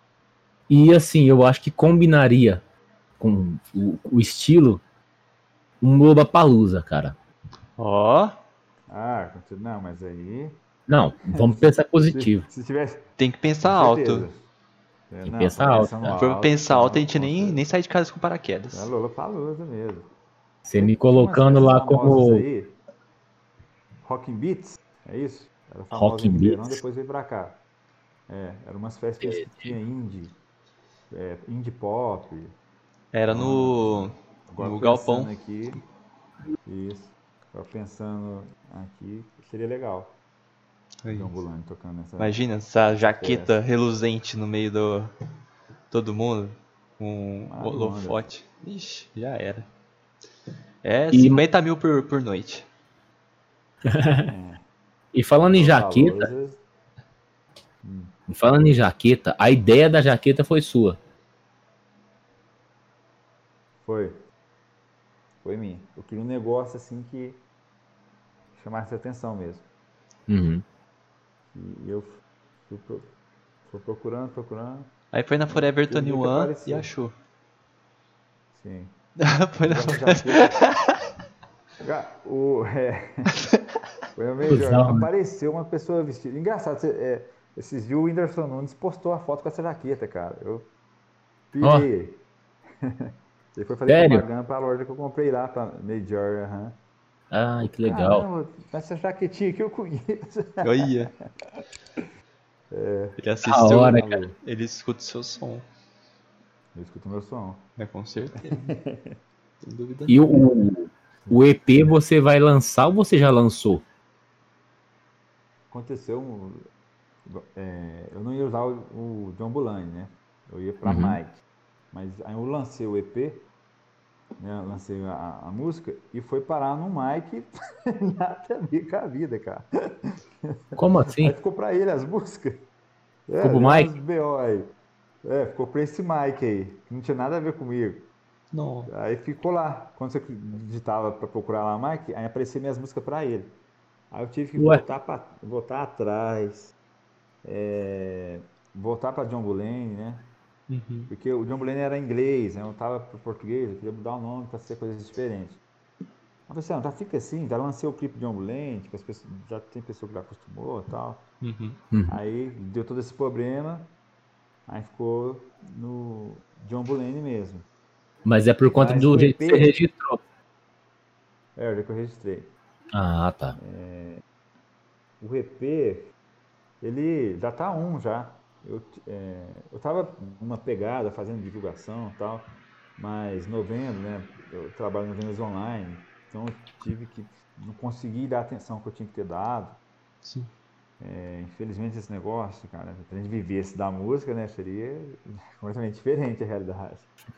E assim, eu acho que combinaria com o, o estilo um Lollapalooza, cara.
Ó,
Ah, não, mas aí.
Não, vamos
Se,
pensar
se,
positivo.
se tivesse.
tem que pensar
Com
alto.
certeza. É,
Tem que
não,
pensar
estamos
alto,
pensando
cara.
Se for
alto,
pensar alto, a
então,
gente
com
nem, nem
certeza.
sai de casa com
É
paraquedas.
Lollapalooza mesmo.
Você
Te-
me
Tinha umas
colocando
festas
lá
famosas
como
aí, Rockin' Beats, é isso? Era famosa em
Rockin'
Ribeirão,
Beats.
depois veio pra cá. É, eram umas festinhas que tinha indie, é, indie pop.
Era
Então,
no,
agora
no galpão.
pensando aqui, isso. Agora pensando aqui, seria legal.
Aí.
John Bulani tocando nessa,
Imagina essa
nessa
jaqueta
festa.
reluzente no meio do todo mundo, com um
Maronda.
holofote. Ixi, já era. É
E,
cinquenta mil por, por noite.
É,
e falando em jaqueta,
Lollapalooza. Hum,
falando em jaqueta, a ideia da jaqueta foi sua.
foi, foi minha. Eu queria um negócio assim que chamasse atenção mesmo.
Uhum.
E eu fui, pro- fui procurando, procurando.
Aí foi na
Aí
Forever
teve um que
vinte e um e
apareceu.
achou.
Sim. O
Foi na
negócio da
Forever.
jaqueta. Ga- O, é, foi o melhor.
Cusão, né?
Apareceu uma pessoa vestida. Engraçado, você, é, esses dias o Whindersson Nunes postou a foto com essa jaqueta, cara. Eu
Ó,
pirei. Ele foi fazer
sério?
propaganda pra loja que eu comprei lá, pra Major. Aham.
Ai,
Eu,
que legal.
caramba, essa jaquetinha que eu conheço.
Olha, ele
Da
assiste seu.
hora, cara.
Falou.
Ele escuta o seu som.
Eu escuto meu som.
É com certeza. Sem dúvida
E
nenhuma.
o, o E P você vai lançar ou você já lançou?
Aconteceu, um- é, eu não ia usar o, o John Bulani, né? Eu ia pra
Uhum.
Mike. Mas aí eu lancei o E P, né? Eu lancei a, a música e foi parar no Mike, nada a ver com a vida, cara.
Como
Aí
assim?
ficou pra ele as músicas.
Ficou
É,
pro
deu umas
Mike?
B O aí. É, ficou pra esse Mike aí, que não tinha nada a ver comigo.
Não.
Aí ficou lá. Quando você digitava pra procurar lá o Mike, aí aparecia minhas músicas pra ele. Aí eu tive que
Ué,
voltar, pra, voltar atrás, é, voltar para John Mulaney, né?
Uhum.
Porque o John Mulaney era inglês, né? Eu tava pro português, eu queria mudar o nome para ser coisas diferentes. Eu falei assim, ah, já fica assim, já lancei o clipe de John Mulaney, tipo, as pessoas, já tem pessoa que já acostumou e tal.
Uhum.
uhum.
Aí deu todo esse problema, aí ficou no John Mulaney mesmo.
Mas é por conta
Mas
do
o
jeito que você
E P,
registrou.
é, o que eu registrei.
Ah, tá.
O E P, ele já tá um já. Eu, é, eu tava numa pegada, fazendo divulgação e tal, mas novembro, né? Eu trabalho no vendas online, então eu tive que, não consegui dar a atenção que eu tinha que ter dado.
Sim.
É, infelizmente esse negócio, cara, se a gente vivesse da música, né, seria completamente diferente a realidade.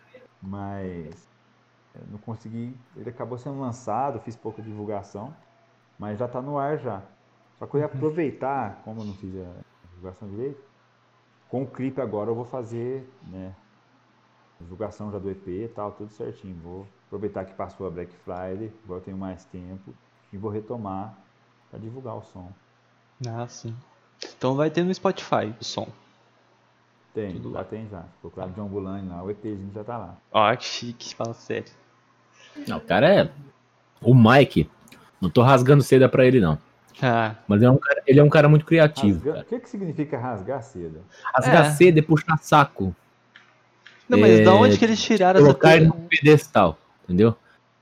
mas eu não consegui. Ele acabou sendo lançado, fiz pouca divulgação, mas já tá no ar já. Só que eu ia aproveitar, como eu não fiz a divulgação direito, com o clipe agora eu vou fazer, né? Divulgação já do E P e tal, tudo certinho. Vou aproveitar que passou a Black Friday, agora eu tenho mais tempo e vou retomar para divulgar o som.
Ah, sim. Então vai ter no Spotify o som.
Tem,
Tudo
já
lá.
tem já. Procurar John Bulani lá, o EPzinho já tá lá.
Ó, que chique, fala sério.
Não, o cara é. O Mike, não tô rasgando seda pra ele, não.
Ah,
Mas ele é um cara, ele é um cara muito criativo.
Rasga...
Cara.
O que, que significa rasgar seda?
Rasgar
É.
seda é puxar saco.
não, mas da onde
É,
que eles tiraram essa...
Colocar ele
te-
no pedestal, entendeu?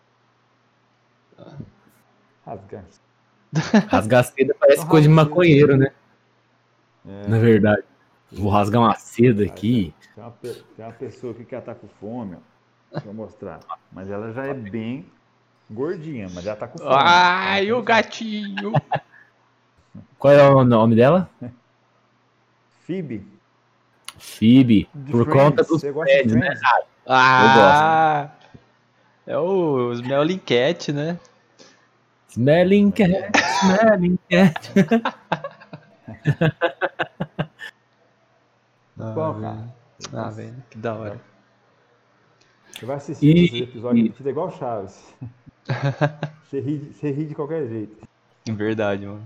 Rasgar.
Rasgar seda parece
Então,
coisa de
rasga seda.
maconheiro, né?
É,
Na verdade. Vou rasgar uma seda aqui.
tem, uma, pe- tem uma pessoa aqui que ela tá com fome, ó. Deixa eu mostrar. Mas ela já é bem gordinha, mas ela tá com fome.
Ai,
Ela
o
tem-
gatinho.
Qual é o nome dela?
Phoebe.
Phoebe.
De
Por
Friends.
conta dos
Você gosta de
prédios, né?
Friends?
Ah, é o Smelling Cat, né?
Smelling cat, smelling cat.
Muito bom, cara.
Ah, velho, que da hora.
Você vai assistir
E-
esses episódios repetidos, é igual o Chaves. Você ri, de- você ri de qualquer jeito.
Verdade, mano.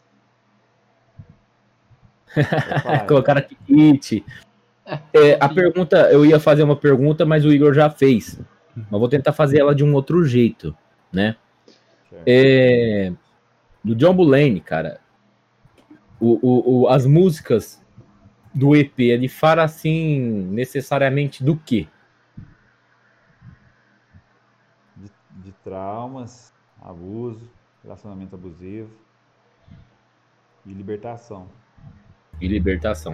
Pode falar,
Colocaram aqui hit. É, a pergunta, eu ia fazer uma pergunta, mas o Igor já fez. Mas vou tentar fazer ela de um outro jeito, né?
Certo.
É, do John Mulaney, cara, o, o, o- as músicas do E P, ele fala assim, necessariamente do quê?
De, de traumas, abuso, relacionamento abusivo e libertação.
E libertação.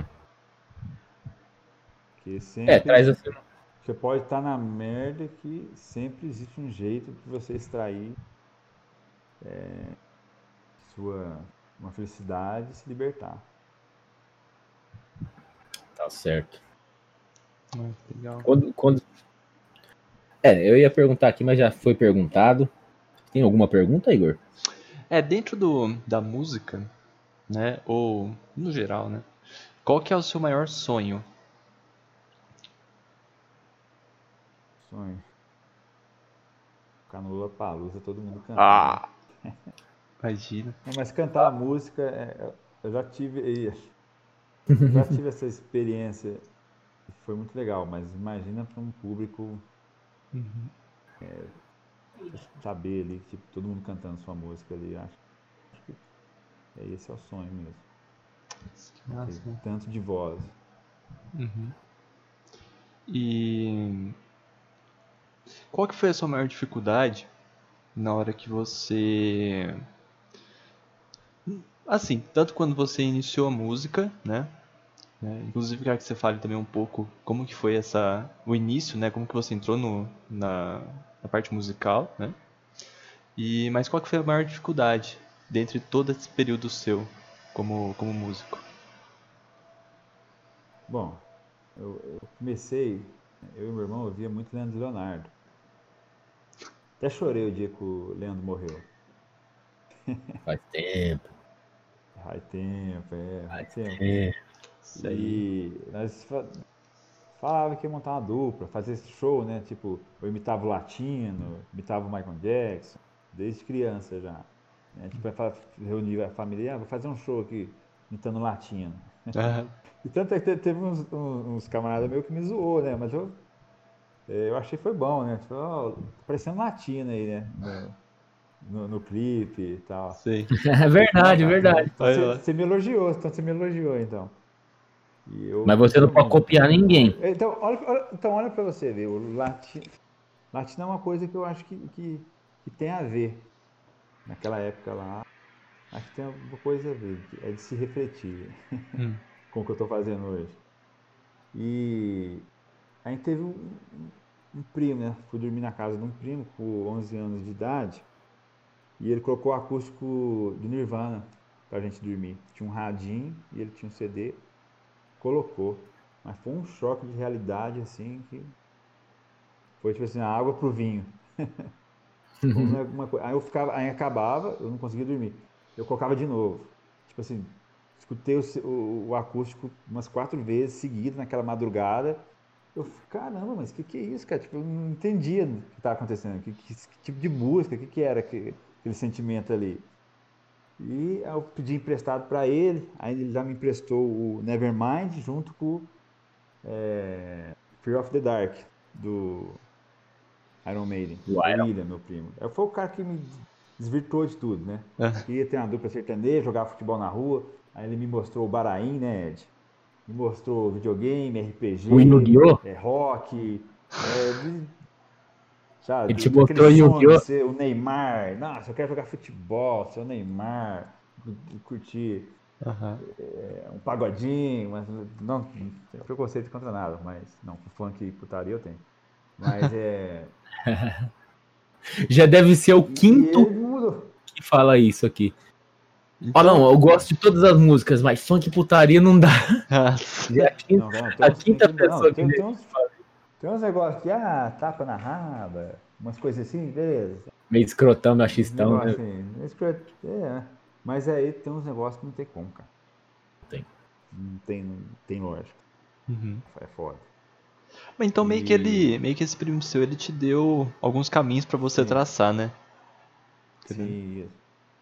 Porque sempre
É, traz assim,
você pode estar na merda que sempre existe um jeito de você extrair é, sua uma felicidade e se libertar.
tá certo.
Ah, legal.
Quando, quando... É, eu ia perguntar aqui, mas já foi perguntado. Tem alguma pergunta, Igor?
É, dentro do, da música, né, ou no geral, né, qual que é o seu maior sonho?
Sonho. Ficar no Lollapalooza, todo mundo cantando.
Ah, imagina.
Não, mas cantar a música, é, eu já tive, eu já tive essa experiência e foi muito legal, mas imagina para um público é, saber ali, tipo, todo mundo cantando sua música ali, acho, acho que é, esse é o sonho mesmo.
Nossa.
Ter tanto de voz.
Uhum. E qual que foi a sua maior dificuldade na hora que você... Assim, tanto quando você iniciou a música, né? né, Inclusive, quero que você fale também um pouco como que foi essa, o início, né? Como que você entrou no, na, na parte musical, né? E, mas qual que foi a maior dificuldade dentre todo esse período seu como, como músico?
Bom, eu, eu comecei, eu e meu irmão ouvia muito Leandro e Leonardo. Até chorei o dia que o Leandro morreu.
Faz tempo.
Faz tempo, é, faz tempo.
É.
Isso aí.
E nós fa- falava que ia montar uma dupla, fazer esse show, né? Tipo, eu imitava o Latino, imitava o Michael Jackson, desde criança já. Né? Tipo, fa- reunir a família, ah, vou fazer um show aqui, imitando o Latino.
Ah,
E tanto é que te- teve uns, uns, uns camaradas meus que me zoou, né? Mas eu, eh, eu achei que foi bom, né? Tipo, ó, tá parecendo Latino aí, né? No, no, no clipe e tal.
sei.
É verdade, é
Não,
verdade.
então
Aí,
você,
ó.
você me elogiou, então você me elogiou, então. E eu
Mas você não
curtia
pode
muito.
copiar ninguém.
Então, olha, olha- então, olha pra você ver, o latino, latino é uma coisa que eu acho que, que, que tem a ver. Naquela época lá, acho que tem alguma coisa a ver, é de se refletir
Hum.
com o que eu tô fazendo hoje. E a gente teve um, um primo, né? Fui dormir na casa de um primo com onze anos de idade e ele colocou o acústico do Nirvana pra gente dormir. Tinha um radinho e ele tinha um C D, colocou. Mas foi um choque de realidade assim que Foi tipo assim, a água pro vinho. Uma, uma, aí eu ficava, aí acabava, eu não conseguia dormir. Eu colocava de novo. Tipo assim, escutei o, o, o acústico umas quatro vezes seguidas naquela madrugada. Eu falei, caramba, mas o que, que é isso, cara? Tipo, eu não entendia o que estava acontecendo. Que, que, que tipo de música, o que, que era que, aquele sentimento ali. E aí eu pedi emprestado para ele, aí ele já me emprestou o Nevermind junto com é, Fear of the Dark, do Iron Maiden.
O
O
Iron.
William, meu primo. É, foi o cara que me desvirtuou de tudo, né?
Ah,
Queria ter uma dupla sertaneja, jogar futebol na rua. Aí ele me mostrou o Baraim, né, Ed? Me mostrou videogame,
O
R P G,
Yu-Gi-Oh!
é, rock, é, de-
Ele te
sabe, aquele
mostrou o
sonho de
Yu-Gi-Oh!
ser o Neymar. Nossa, eu quero jogar futebol, ser o Neymar, curtir
aham.
é, um pagodinho, mas não, não tem preconceito contra nada, mas não, com funk e putaria eu tenho. Mas é.
Já deve ser o
E, e
quinto
ele mudou.
que fala isso aqui. Ó,
Então,
não, eu gosto de todas as músicas, mas som de putaria não dá.
ah,
Já é a quinta,
Não, não, tem
a
uns, tem,
quinta
tem, não,
pessoa que
tem,
me
tem uns, tem uns negócios que, ah, tapa na raba, umas coisas assim, beleza.
meio escrotão,
Uns
machistão, né?
negócios assim, esse que é, é, mas aí tem uns negócios que não tem como, cara.
Tem.
Não tem, não tem lógica.
uhum.
É foda.
Mas então meio que
E.
ele, meio que esse primo seu, ele te deu alguns caminhos pra você
Sim,
traçar, né? Entendeu?
sim, isso.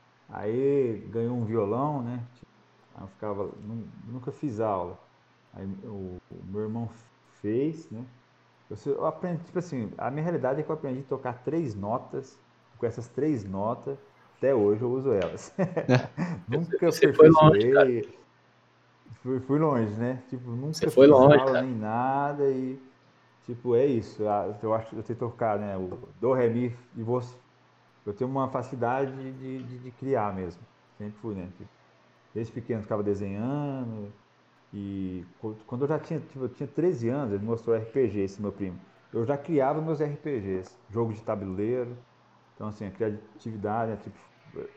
Aí ganhou um violão, né? Aí eu ficava. nu- Nunca fiz aula. Aí o, o meu irmão fez, né? Eu, se- eu aprendi, tipo assim, a minha realidade é que eu aprendi a tocar três notas. Com essas três notas, até hoje eu uso elas. Nunca
Você foi longe, cara.
aperfeiçoei. Fui, fui longe, né? Tipo,
Você
nunca
foi
fiz
longe,
aula
cara.
nem nada e, tipo, é isso. Ah, eu acho que eu sei tocar, né? O do, ré, mi e vou. Eu tenho uma facilidade de, de, de criar mesmo. Sempre fui, né? Tipo, desde pequeno eu ficava desenhando e co- quando eu já tinha, tipo, eu tinha treze anos, ele mostrou R P G, esse meu primo. Eu já criava meus R P Gs, jogo de tabuleiro. Então, assim, a criatividade, né? Tipo,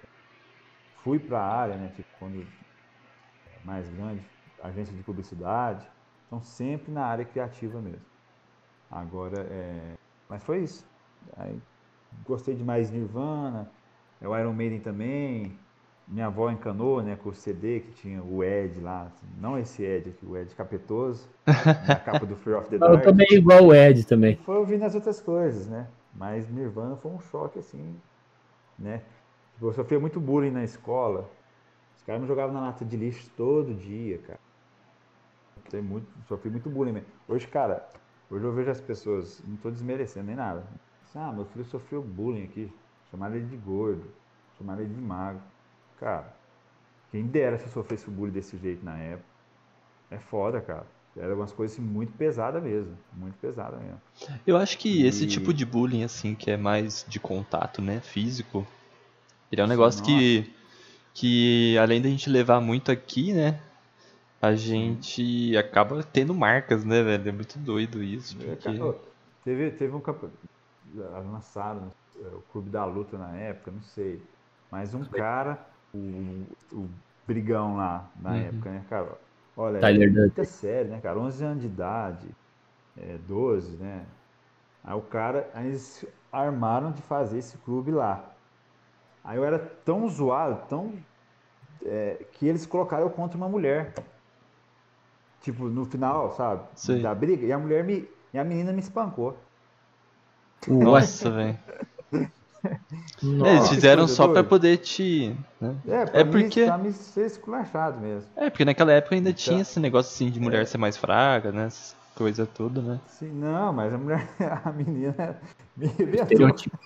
fui para a área, né? Tipo, quando mais grande, agência de publicidade. Então, sempre na área criativa mesmo. Agora, é... Mas foi isso. Aí, gostei demais de Nirvana, é o Iron Maiden também. Minha avó encanou, né, com o C D que tinha o Ed lá. Não esse Ed aqui, o Ed Capetoso, na capa do Fear of the
Mas eu
Dark.
também igual o Ed
E
também.
foi ouvindo as outras coisas, né? Mas Nirvana foi um choque, assim, né? Tipo, eu sofria muito bullying na escola. Os caras me jogavam na lata de lixo todo dia, cara. Tem muito, sofri muito bullying mesmo. Hoje, cara, hoje eu vejo as pessoas, não tô desmerecendo nem nada. Ah, meu filho sofreu bullying aqui. Chamaram ele de gordo. Chamaram ele de magro. Cara, quem dera se eu sofresse bullying desse jeito na época. É foda, cara. Eram umas coisas assim, muito pesadas mesmo. Muito pesada mesmo.
Eu acho que esse tipo
E.
de bullying, assim, que é mais de contato, né, físico, ele é um
Sim,
negócio
nossa.
que, que além da gente levar muito aqui, né, a
Sim.
gente acaba tendo marcas, né, velho? É muito doido isso,
É,
porque...
cara, ô, teve, teve um campeonato. Lançaram é, o Clube da Luta na época, não sei. Mas um cara, o, o Brigão lá na
Uhum.
época, né, cara? Olha, é
Tyler
quinta
Durden.
série, né, cara? onze anos de idade, é, doze, né? Aí o cara, aí eles armaram de fazer esse clube lá. Aí eu era tão zoado, tão. É, que eles colocaram eu contra uma mulher. Tipo, no final, sabe?
Sei.
Da briga. E a mulher me. E a menina me espancou.
Ué,
Nossa, velho. É, eles
Olha que
nossa.
fizeram
coisa
só pra
doida.
poder te... né?
É,
É
pra mim,
porque...
pra mim ser esculachado mesmo.
É, porque naquela época ainda tinha
Então,
esse negócio assim de mulher ser mais fraca, né? Essa coisa toda, né?
sim, não, mas a mulher, a menina me arrebentou.
Estereotipo.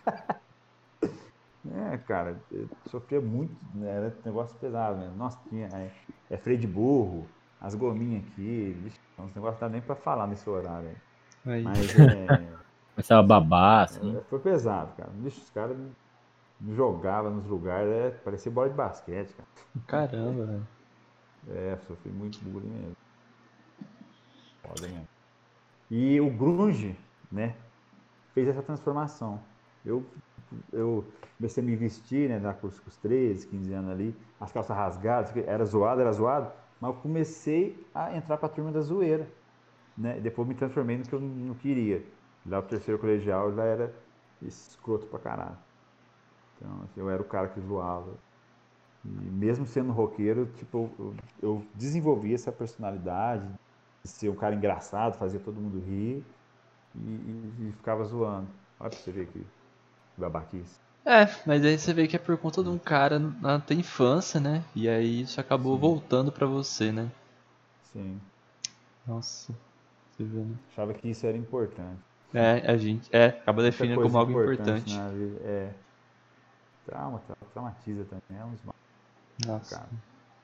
É, cara, eu sofria muito, né, era um negócio pesado mesmo. Nossa, tinha é, é freio de burro, as gominhas aqui, vixe, uns negócios que não dá nem pra falar nesse horário aí.
Aí.
Mas é,
Começava a babar, assim.
é, foi pesado, cara. Vixe, os caras me, me jogavam nos lugares, é, parecia bola de basquete, cara.
Caramba, velho.
É, sofri muito bullying mesmo. Foda mesmo. E o grunge, né, fez essa transformação. Eu, eu comecei a me vestir, né, na curso com os treze, quinze anos ali, as calças rasgadas, era zoado, era zoado, mas eu comecei a entrar para a turma da zoeira, né, depois me transformei no que eu não queria. Lá o terceiro colegial eu já era escroto pra caralho. Então, assim, eu era o cara que zoava. E mesmo sendo roqueiro, tipo, eu, eu desenvolvi essa personalidade de ser um cara engraçado, fazia todo mundo rir e, e- e ficava zoando. Olha pra você ver que babaquice.
É, mas aí você vê que é por conta de um cara na tua infância, né? E aí isso acabou
Sim,
voltando pra você, né?
sim.
Nossa, você vê, né?
Achava que isso era importante.
É, a gente, é, acaba
Muita
definindo como
coisa
algo
importante
importante.
na vida. É, trauma, tra- traumatiza também. É uns mal,
Nossa.
cara.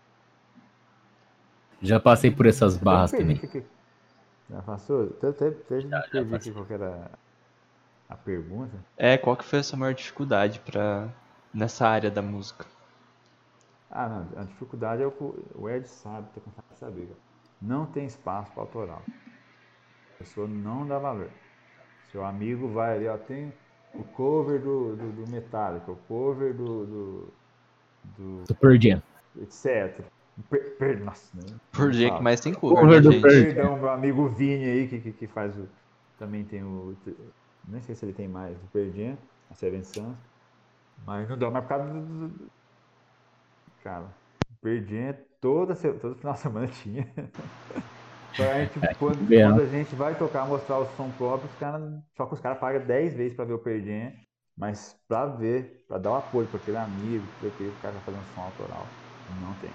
Já passei por essas
Até me
barras
perdi
também.
que, que já passou? Até, até, até me
Já, já
perdi aqui
passei.
qual que era a pergunta.
É, qual que foi a sua maior dificuldade pra, nessa área da música?
Ah, não, a dificuldade é o que o Ed sabe, tem vontade de saber. Cara. Não tem espaço para autoral. A pessoa não dá valor. Seu amigo vai ali, ó, tem o cover do, do, do Metallica, o cover do, do, do
Super Jam.
etcétera. Per, per, nossa, né?
Por
Nem
dia que
fala.
mais tem cover,
Cover
né,
do
gente?
Pearl Jam.
Perdão, meu amigo Vini aí, que, que, que faz o. Também tem o. Nem sei se ele tem mais o Pearl Jam, a Seven Sons. Mas não dá mais por causa do. do- do- cara, o Pearl Jam toda, se- todo final de semana tinha. Só a gente, quando, quando
Verão.
a gente vai tocar, mostrar o som próprio, os cara, só que os caras pagam dez vezes pra ver o Pearl Jam, mas pra ver, pra dar o apoio pra aquele amigo, pra aquele cara que tá fazendo som autoral, não tem.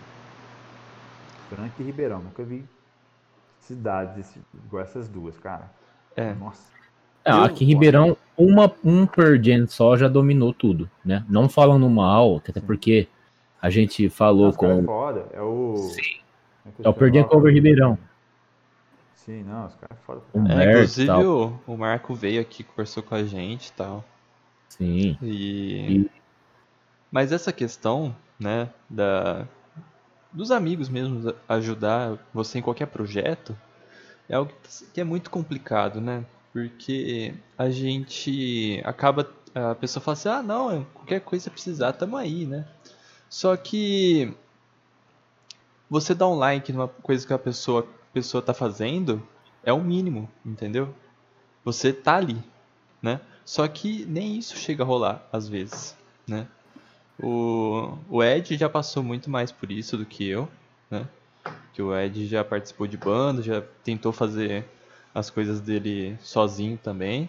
Frank e Ribeirão, nunca vi cidades desse- igual essas duas, cara.
É.
Nossa,
Não, aqui em
foda.
Ribeirão, uma, um Pearl Jam só já dominou tudo, né? Não falando mal, até
Sim.
porque a gente
Não,
falou
os caras é
com.
foda. É o.
Sim.
Como é que
É o
chama
Pearl Jam
lá o cara
Cover
do Pearl
Ribeirão.
Jam? Sim, não, os caras é foda pra caralho.
É,
Humberto e
inclusive
tal.
o, o Marco veio aqui, conversou com a gente e tal.
Sim.
E...
E
Mas essa questão, né, da, dos amigos mesmo ajudar você em qualquer projeto é algo que é muito complicado, né? Porque a gente acaba, a pessoa fala assim, ah, não, qualquer coisa que precisar, tamo aí, né? Só que você dar um like numa coisa que a pessoa, pessoa tá fazendo é o mínimo, entendeu? Você tá ali, né? Só que nem isso chega a rolar às vezes, né? O, o Ed já passou muito mais por isso do que eu, né? Que o Ed já participou de banda, já tentou fazer as coisas dele sozinho também.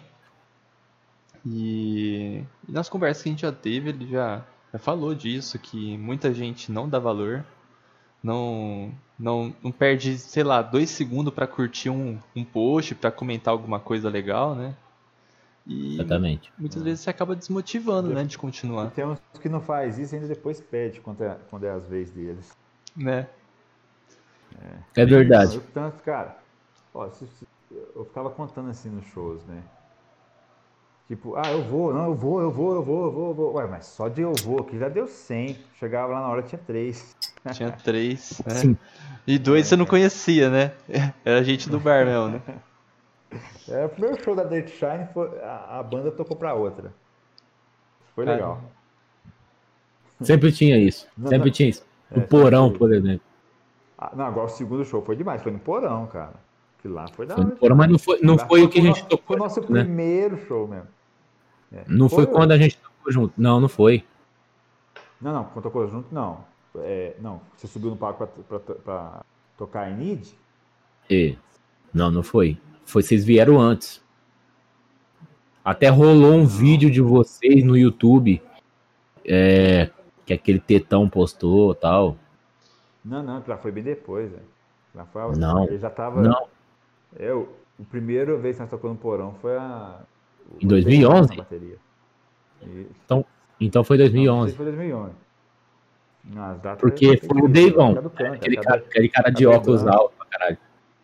E, e nas conversas que a gente já teve, ele já, já falou disso, que muita gente não dá valor, não, não, não perde, sei lá, dois segundos pra curtir um, um post, pra comentar alguma coisa legal, né? E mu-
exatamente.
muitas vezes você acaba desmotivando,
De-
né, de
E
continuar,
tem uns que não faz isso e ainda depois pede quando é, quando é as vezes deles.
né?
É
Bem
Não,
isso.
verdade.
eu tanto, cara. Ó, se- se- eu ficava contando assim nos shows, né? Tipo, ah, eu vou, não, eu vou, eu vou, eu vou, eu vou, eu vou. Ué, mas só de eu vou aqui já deu cem. Chegava lá na hora tinha três.
Tinha três, né?
Sim.
E dois você não conhecia, né? Era gente do bar mesmo, né?
É, o primeiro show da Dirt Shine foi, a, a banda tocou pra outra. Foi
Cara,
legal.
Sempre tinha isso.
Não,
Sempre
não,
tinha isso. No
é, sempre
porão,
teve.
por exemplo.
Ah, não, agora o segundo show foi demais, foi no porão, cara. Aquilo lá foi da
Foi no
hora
porão, mas
demais.
não foi, não
Lá
foi
foi,
o que
foi
a
o
gente
nosso,
tocou
foi o nosso
junto, né?
primeiro show mesmo. É.
Não foi
Foi
quando
o.
a gente tocou junto. Não, não foi.
Não, não, quando tocou junto, não. É, não, você subiu no palco pra, pra, pra tocar em Need?
E, não, não foi. Foi, vocês vieram antes. Até rolou um
Não.
vídeo de vocês no YouTube. É, que aquele tetão postou e tal.
Não, não, que lá foi bem depois, velho. Lá foi a-
Não,
ele já tava.
não.
É, o, o primeiro vez que nós tocamos no porão foi a.
Em
O Deivão na
dois mil e onze?
bateria. Isso.
Então, então foi
Não, não sei se
dois mil e onze.
foi dois mil e onze. Não, as datas é
Porque foi o
difícil, é
Deivão.
caducando, cara.
Aquele cara,
Cada,
aquele cara de
cada
óculos
banda.
altos pra caralho.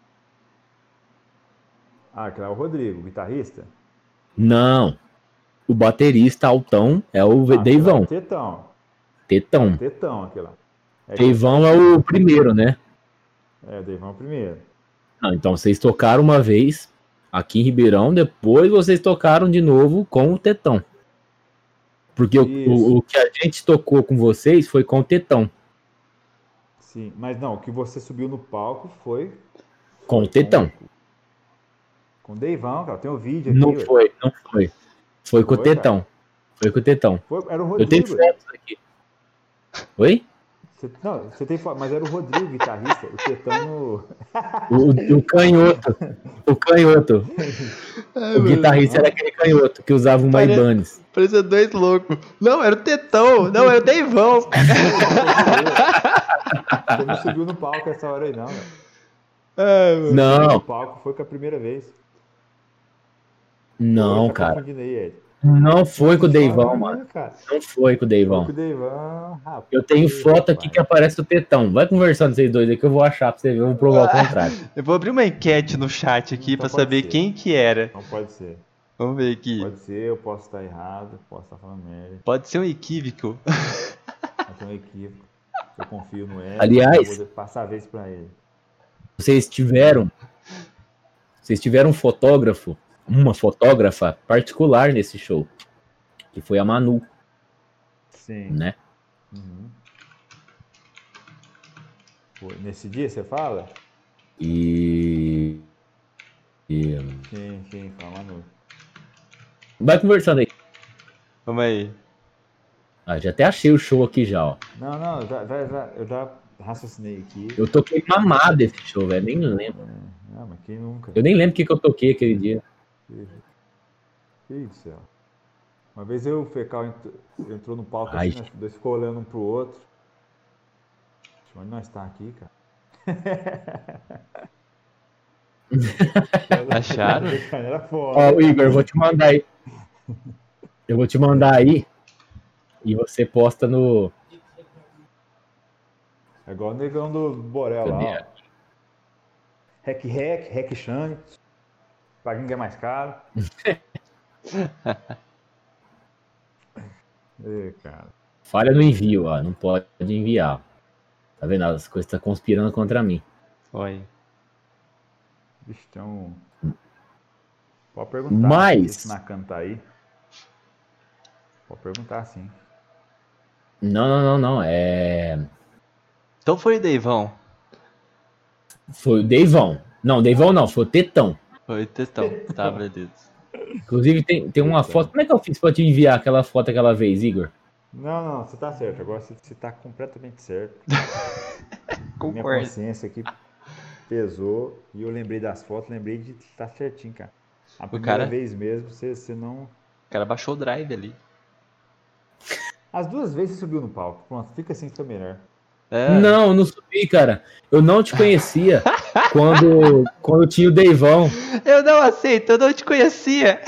Ah, que lá é o Rodrigo, o guitarrista.
Não. O baterista altão é o
Ah, aquele lá é
Deivão.
o Tetão.
Tetão.
Tetão, aquele lá. É,
Deivão é o primeiro, né?
É, o Deivão é o primeiro.
Não, então vocês tocaram uma vez aqui em Ribeirão, depois vocês tocaram de novo com o Tetão. Porque o, o, o que a gente tocou com vocês foi com o Tetão.
Sim, mas não, o que você subiu no palco foi.
Com o Tetão.
Com, Com o Deivão, cara. Tem um vídeo aqui.
Não
ué.
foi, não foi. Foi com o
Foi,
Tetão. Foi com o Tetão.
Foi, era o
Eu tenho
Rodrigo.
fotos aqui. Oi?
Você- não, você tem foto, mas era o Rodrigo, guitarrista. O Tetão no.
O, o canhoto. O canhoto. O guitarrista era aquele canhoto que usava um
Pare-
Ibanez.
Parecia dois loucos. Não, era o Tetão. Não, era o Deivão.
Você não subiu no palco essa hora aí, não, velho.
Ai, mano.
No
Não,
palco foi com a primeira vez.
não,
Oi, tá
cara.
confundindo aí, Ed.
Não foi com o Deivão,
Fala,
mano.
né, cara?
Não foi com o
Foi
Deivão.
com o Deivão, rapaz.
Eu tenho foto aqui que aparece o Tetão. Vai conversando vocês dois aí que eu vou achar pra você ver. Eu vou provar o contrário.
Eu vou abrir uma enquete no chat aqui
Então
pra
pode
saber
ser.
quem que era.
Não pode ser.
Vamos ver aqui.
Pode ser, eu posso estar errado, posso estar falando merda.
Pode ser um equívoco.
Mas tem um equívoco. Eu confio no Ed.
Aliás-
eu vou passar a vez pra ele.
Vocês tiveram. Vocês tiveram um fotógrafo, uma fotógrafa particular nesse show. Que foi a Manu,
Sim.
né?
Uhum. Foi. Nesse dia você fala?
E. e-
Sim, sim, fala Manu.
Vai conversando aí.
Vamos aí.
Ah, já até achei o show aqui já, ó.
Não, não, já, já, já- eu já raciocinei aqui.
Eu toquei mamado esse show, velho. Nem lembro.
É, não, mas quem nunca?
Eu nem lembro o que, que eu toquei aquele dia.
Meu Deus do céu. Uma vez eu e o Fecal ent- entrou no palco
Ai.
assim, nós dois ficou olhando um pro outro. Onde nós tá aqui, cara?
Acharam?
Era foda.
Ó, o Igor, eu vou te mandar aí. Eu vou te mandar aí. E você posta no.
É igual o negão do Borel lá, ó. Rec Rec, Rec Shane. Pra quem quer mais caro. Ê, cara.
Falha no envio, ó. Não pode enviar. Tá vendo? As coisas estão conspirando contra mim.
Foi.
Bicho, tem um... Pode perguntar.
Mas-
Se na canta aí. Pode perguntar, sim.
Não, não, não, não. É.
Então foi o Deivão.
Foi o Deivão. Não, Deivão não, foi o Tetão.
Foi o Tetão. Tá, beleza.
Inclusive, tem, tem uma
Tetão.
foto. Como é que eu fiz pra te enviar aquela foto aquela vez, Igor?
Não, não, você tá certo. Agora você, você tá completamente certo. Minha
Concordo.
consciência aqui pesou e eu lembrei das fotos, lembrei de estar certinho, cara. A primeira
cara-
vez mesmo, você, você não...
O cara baixou o drive ali.
As duas vezes você subiu no palco. Pronto, fica assim, fica melhor.
É.
Não, eu não subi, cara. Eu não te conhecia quando, quando tinha o Deivão.
Eu não aceito, eu não te conhecia.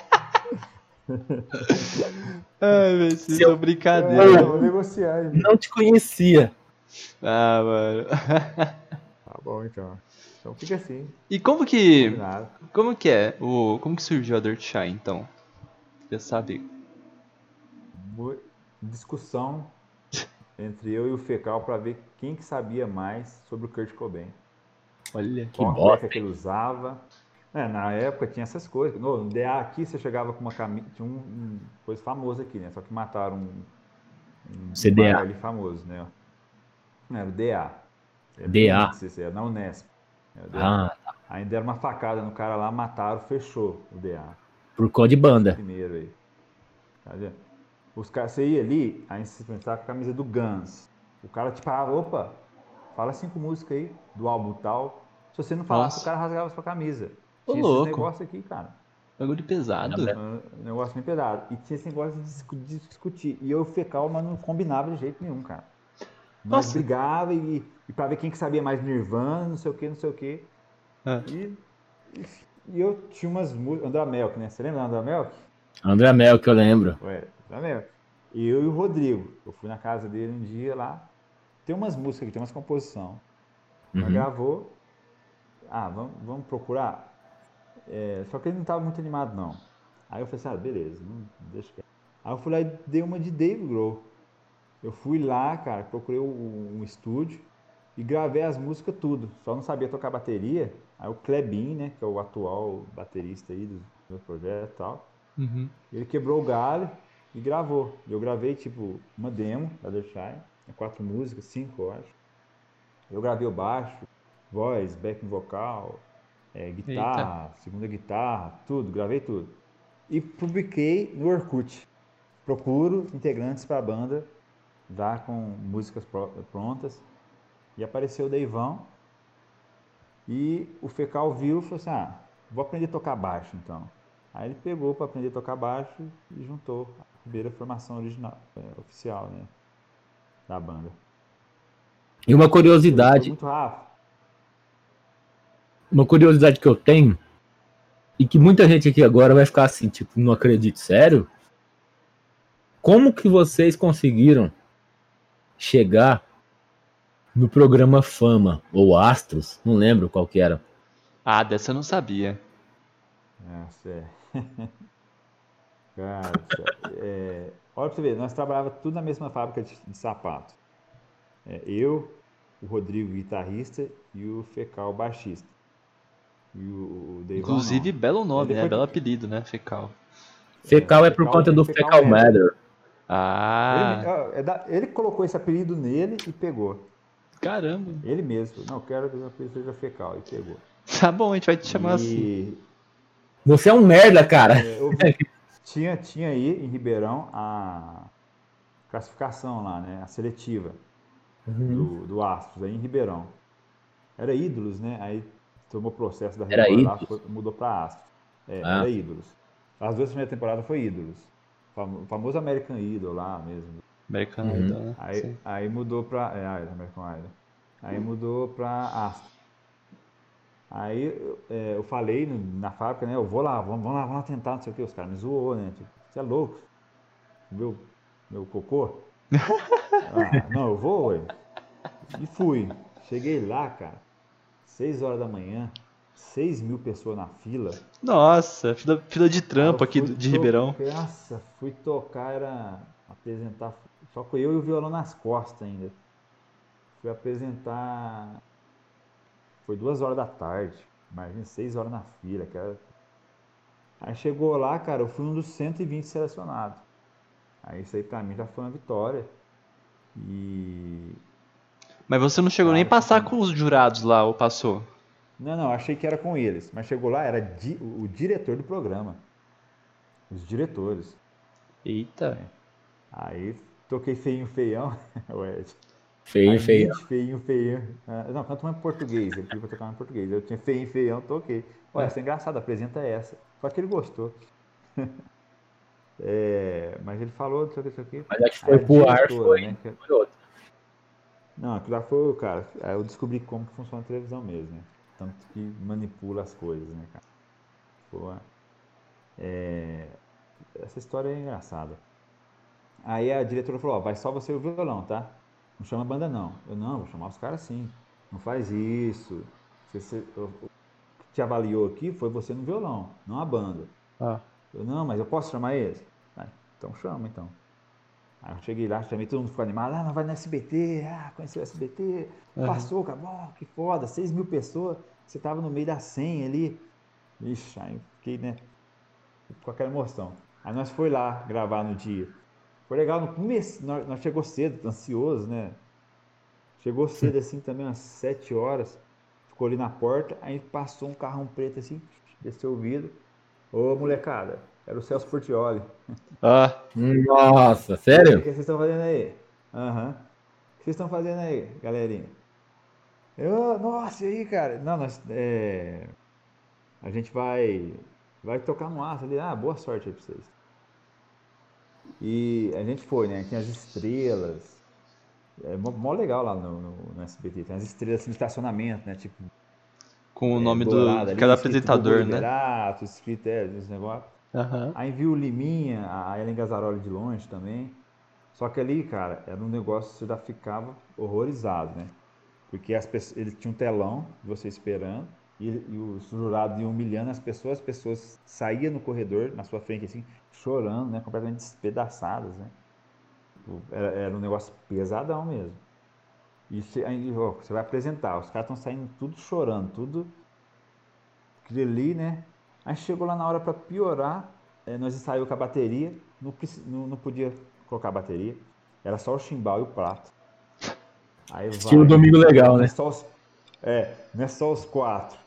Ai, velho, vocês
Seu-
são
É,
brincadeira.
vamos negociar aí.
Não te conhecia.
Ah, mano.
Tá bom, então. Então fica assim,
E como que.
combinado.
Como que é? O, como que surgiu a Dirt Shy, então? Queria saber.
Mu- Discussão entre eu e o Fecal pra ver quem que sabia mais sobre o Kurt Cobain.
Olha.
Que
Qual a
bosta,
cueca que ele usava. É, na época tinha essas coisas. No, no D A aqui você chegava com uma camisa. Tinha um, um coisa famosa aqui, né? Só que mataram um, um
C D A.
bar ali famoso, né? Não, era o D A. É
D A.
bem antes, é na Unesp. É o D A.
Ah,
Aí deram uma facada no cara lá, mataram, fechou o D A.
por cor de banda.
Primeiro aí. Tá vendo? Os caras, você ia ali, aí você pensava com a camisa do Guns. O cara te parava, opa, fala cinco músicas aí, do álbum tal. Se você não falasse,
Nossa.
o cara rasgava sua camisa.
Ô,
Tinha
louco.
esse negócio aqui, cara.
Bagulho pesado.
Um negócio bem pesado. E tinha esse negócio de discu- de discutir. E eu e o Fecal, nós não combinava de jeito nenhum, cara. Nós
Nossa.
brigava e, e pra ver quem que sabia mais Nirvana, não sei o que, não sei o que.
Ah.
E, e eu tinha umas músicas. André Melk, né? Você lembra do André Melk?
André Mel, que eu lembro.
Ué, André Melk. E eu e o Rodrigo. Eu fui na casa dele um dia lá. Tem umas músicas aqui, tem umas composição. Nós
Uhum.
gravou. Ah, vamos, vamos procurar. É, só que ele não estava muito animado, não. Aí eu falei assim, ah, beleza, não, deixa quieto. Aí eu fui lá e dei uma de Dave Grohl. Eu fui lá, cara, procurei um, um estúdio e gravei as músicas tudo. Só não sabia tocar bateria. Aí o Klebin, né, que é o atual baterista aí do meu projeto e tal,
Uhum.
ele quebrou o galho e gravou. Eu gravei, tipo, uma demo da The Shy, quatro músicas, cinco, eu acho. Eu gravei o baixo, voz, backing vocal, é, guitarra, Eita. segunda guitarra, tudo, gravei tudo. E publiquei no Orkut. Procuro integrantes para a banda, já com músicas prontas. E apareceu o Deivão. E o Fecal viu e falou assim, ah, vou aprender a tocar baixo então. Aí ele pegou para aprender a tocar baixo e juntou a primeira formação original, é, oficial, né, da banda.
E uma curiosidade...
Foi muito rápido.
Uma curiosidade que eu tenho, e que muita gente aqui agora vai ficar assim, tipo, não acredito, sério? Como que vocês conseguiram chegar no programa Fama, ou Astros, não lembro qual que era.
Ah, dessa eu não sabia.
Nossa, é. Cara, é... olha pra você ver, nós trabalhávamos tudo na mesma fábrica de, de sapato. É, eu, o Rodrigo, guitarrista, e o Fecal, baixista. E o, o Deivão,
inclusive,
não.
belo nome, né?
Foi...
Belo apelido, né? Fecal.
Fecal é, é por conta do Fecal, fecal Matter. Matter.
Ah.
Ele, ele colocou esse apelido nele e pegou.
Caramba.
Ele mesmo. Não, quero que o apelido seja Fecal. E pegou.
Tá bom, a gente vai te chamar
e...
assim.
Você é um merda, cara.
É, eu... tinha, tinha aí em Ribeirão a classificação lá, né? A seletiva uhum. do, do Astros, aí em Ribeirão. Era Ídolos, né? Aí tomou processo da Record lá, foi, mudou pra Astros. É, ah. Era Ídolos. As duas primeiras temporadas foi Ídolos. O famoso American Idol lá mesmo.
American uhum. Idol, né?
Aí, aí mudou pra... É, American Idol. Aí mudou pra Astros. Aí é, eu falei na fábrica, né? Eu vou lá, vamos, vamos lá, vamos lá tentar, não sei o que. Os caras me zoou, né? Tipo, você é louco? Meu, meu cocô? Ah, não, eu vou, ué. E fui. Cheguei lá, cara. Seis horas da manhã. Seis mil pessoas na fila.
Nossa, fila, fila de trampo aqui de to... Ribeirão.
Nossa, fui tocar, era apresentar. Só com eu e o violão nas costas ainda. Fui apresentar. Foi duas horas da tarde. Imagina, seis horas na fila, cara. Aí chegou lá, cara, eu fui um dos cento e vinte selecionados. Aí isso aí pra mim já foi uma vitória. E.
Mas você não chegou cara, nem a passar com os jurados lá, ou passou?
Não, não, achei que era com eles. Mas chegou lá, era di- o diretor do programa. Os diretores.
Eita.
É. Aí toquei feinho, feião.
Feio, feião.
Feinho, feião. Ah, não, canto mais em português. Ele pediu pra tocar em português. Eu tinha feinho, feião, toquei. Olha, é. Essa é engraçada, apresenta essa. Só que ele gostou. É, mas ele falou, não sei o que, isso aqui.
Mas acho que foi pro ar, foi, né?
Foi outro. Não, aquilo lá foi, cara. Aí eu descobri como que funciona a televisão mesmo, né? Tanto que manipula as coisas, né, cara? Pô, é... Essa história é engraçada. Aí a diretora falou, ó, vai só você e o violão, tá? Não chama a banda, não. Eu, não, vou chamar os caras sim. Não faz isso. Você, você, eu, o que te avaliou aqui foi você no violão, não a banda.
Ah.
Eu, não, mas eu posso chamar eles? Ah, então chama, então. Aí eu cheguei lá, chamei, todo mundo ficou animado. Ah, não vai no S B T. Ah, conheceu o S B T. Uhum. Passou, acabou. Que foda. seis mil pessoas. Você tava no meio da cem ali. Ixi, aí fiquei, né? Com aquela emoção. Aí nós foi lá gravar no dia. Foi legal. No começo, nós, nós chegou cedo, ansioso, né? Chegou cedo assim também, umas sete horas. Ficou ali na porta. Aí passou um carrão preto assim. Desceu o vidro. Ô, molecada. Era o Celso Portioli.
Ah, nossa, sério?
O que vocês estão fazendo aí? Aham. Uhum. O que vocês estão fazendo aí, galerinha? Eu, nossa, e aí, cara? Não, nós, é, a gente vai, vai tocar no aço ali. Ah, boa sorte aí pra vocês. E a gente foi, né? Tinha as estrelas. É mó, mó legal lá no, no, no S B T. Tem as estrelas assim, no estacionamento, né? Tipo.
Com o
é,
nome do, de cada apresentador, né?
Liberato, escrito, é, esse negócio.
Uhum.
Aí viu o Liminha, a Ellen Gazzaroli de longe também. Só que ali, cara, era um negócio que você já ficava horrorizado, né? Porque as pessoas, eles tinham um telão, você esperando, e, e os jurados iam humilhando as pessoas, as pessoas saíam no corredor, na sua frente, assim, chorando, né? Completamente despedaçadas, né? Era, era um negócio pesadão mesmo. E você, aí, ó, você vai apresentar, os caras estão saindo tudo chorando, tudo aquilo ali, né? Aí chegou lá na hora para piorar, é, nós ensaiamos com a bateria, não, não, não podia colocar a bateria, era só o chimbal e o prato. Aí
Estilo vai, Domingo Legal,
não
né?
É, só os, é, não é só os quatro.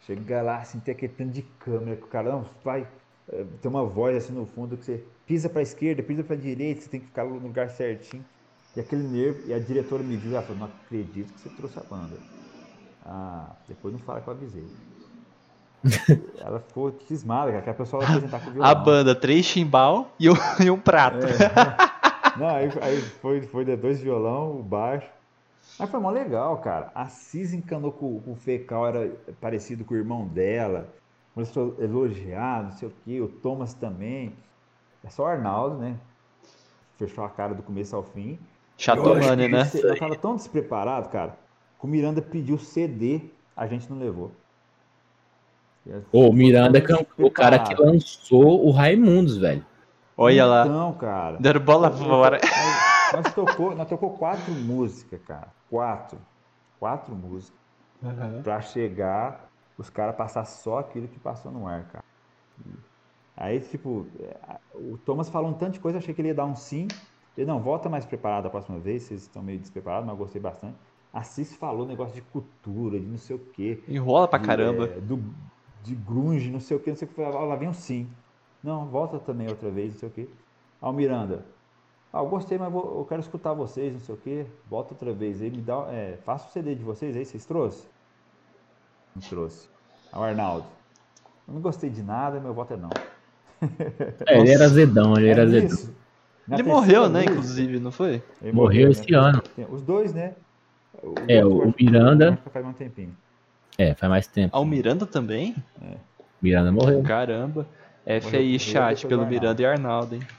Chega lá, assim, tem aquele tanto de câmera, que o cara não vai. é, Tem uma voz assim no fundo que você pisa pra esquerda, pisa pra direita, você tem que ficar no lugar certinho. E aquele nervo, e a diretora me viu, ela falou, não acredito que você trouxe a banda. Ah, depois não fala que eu avisei. Ela ficou cismada, cara, que a pessoa ia apresentar com o
A
violão.
banda, três chimbal e um, e um prato.
Não, aí, aí foi, foi de dois violão, o baixo. Mas foi mó legal, cara. A Cis encanou com, com o Fecal, era parecido com o irmão dela. Começou a elogiar, não sei o quê. O Thomas também. É só o Arnaldo, né? Fechou a cara do começo ao fim.
Chato
Nós
money,
pediu
né?
C- Nós tava tão despreparados, cara, que o Miranda pediu C D, a gente não levou.
Ô, o
Foi
Miranda
tão
é o cara que
despreparado.
lançou o Raimundos, velho.
Olha lá.
Então, cara.
Deram bola
eu- eu-
fora.
nós, nós tocou, nós tocou quatro músicas, cara. Quatro. Quatro músicas.
Uhum.
Pra chegar, os caras passar só aquilo que passou no ar, cara. Aí, tipo, é, o Thomas falou um tanto de coisa, eu achei que ele ia dar um sim. Ele, não, volta mais preparado da próxima vez, vocês estão meio despreparados, mas eu gostei bastante. A Cis falou negócio de cultura, de não sei o quê,
Enrola pra
de,
caramba.
é, do, de grunge, não sei o quê, não sei o que. Lá vem um sim. Não, volta também outra vez, não sei o quê. Ao Miranda, ah, eu gostei, mas vou- eu quero escutar vocês, não sei o quê. Volta outra vez aí, me dá, é, faça o C D de vocês aí, vocês trouxeram? Não trouxe. Ao Arnaldo, eu não gostei de nada, meu voto é não.
É, ele era
Nossa.
azedão, ele
É
era azedão.
nisso. Na
Ele
terceira
morreu, né,
música-
inclusive, não foi?
Ele
Morreu
né?
esse ano.
Tem- Os dois, né? O
É,
outro,
o
eu acho que-
Miranda-
eu acho que faz um tempinho.
É, faz mais tempo.
Ah, o Miranda também?
Miranda morreu.
Caramba. F
Morreu
aí,
primeiro,
chat,
depois
pelo
o
Miranda e Arnaldo, hein?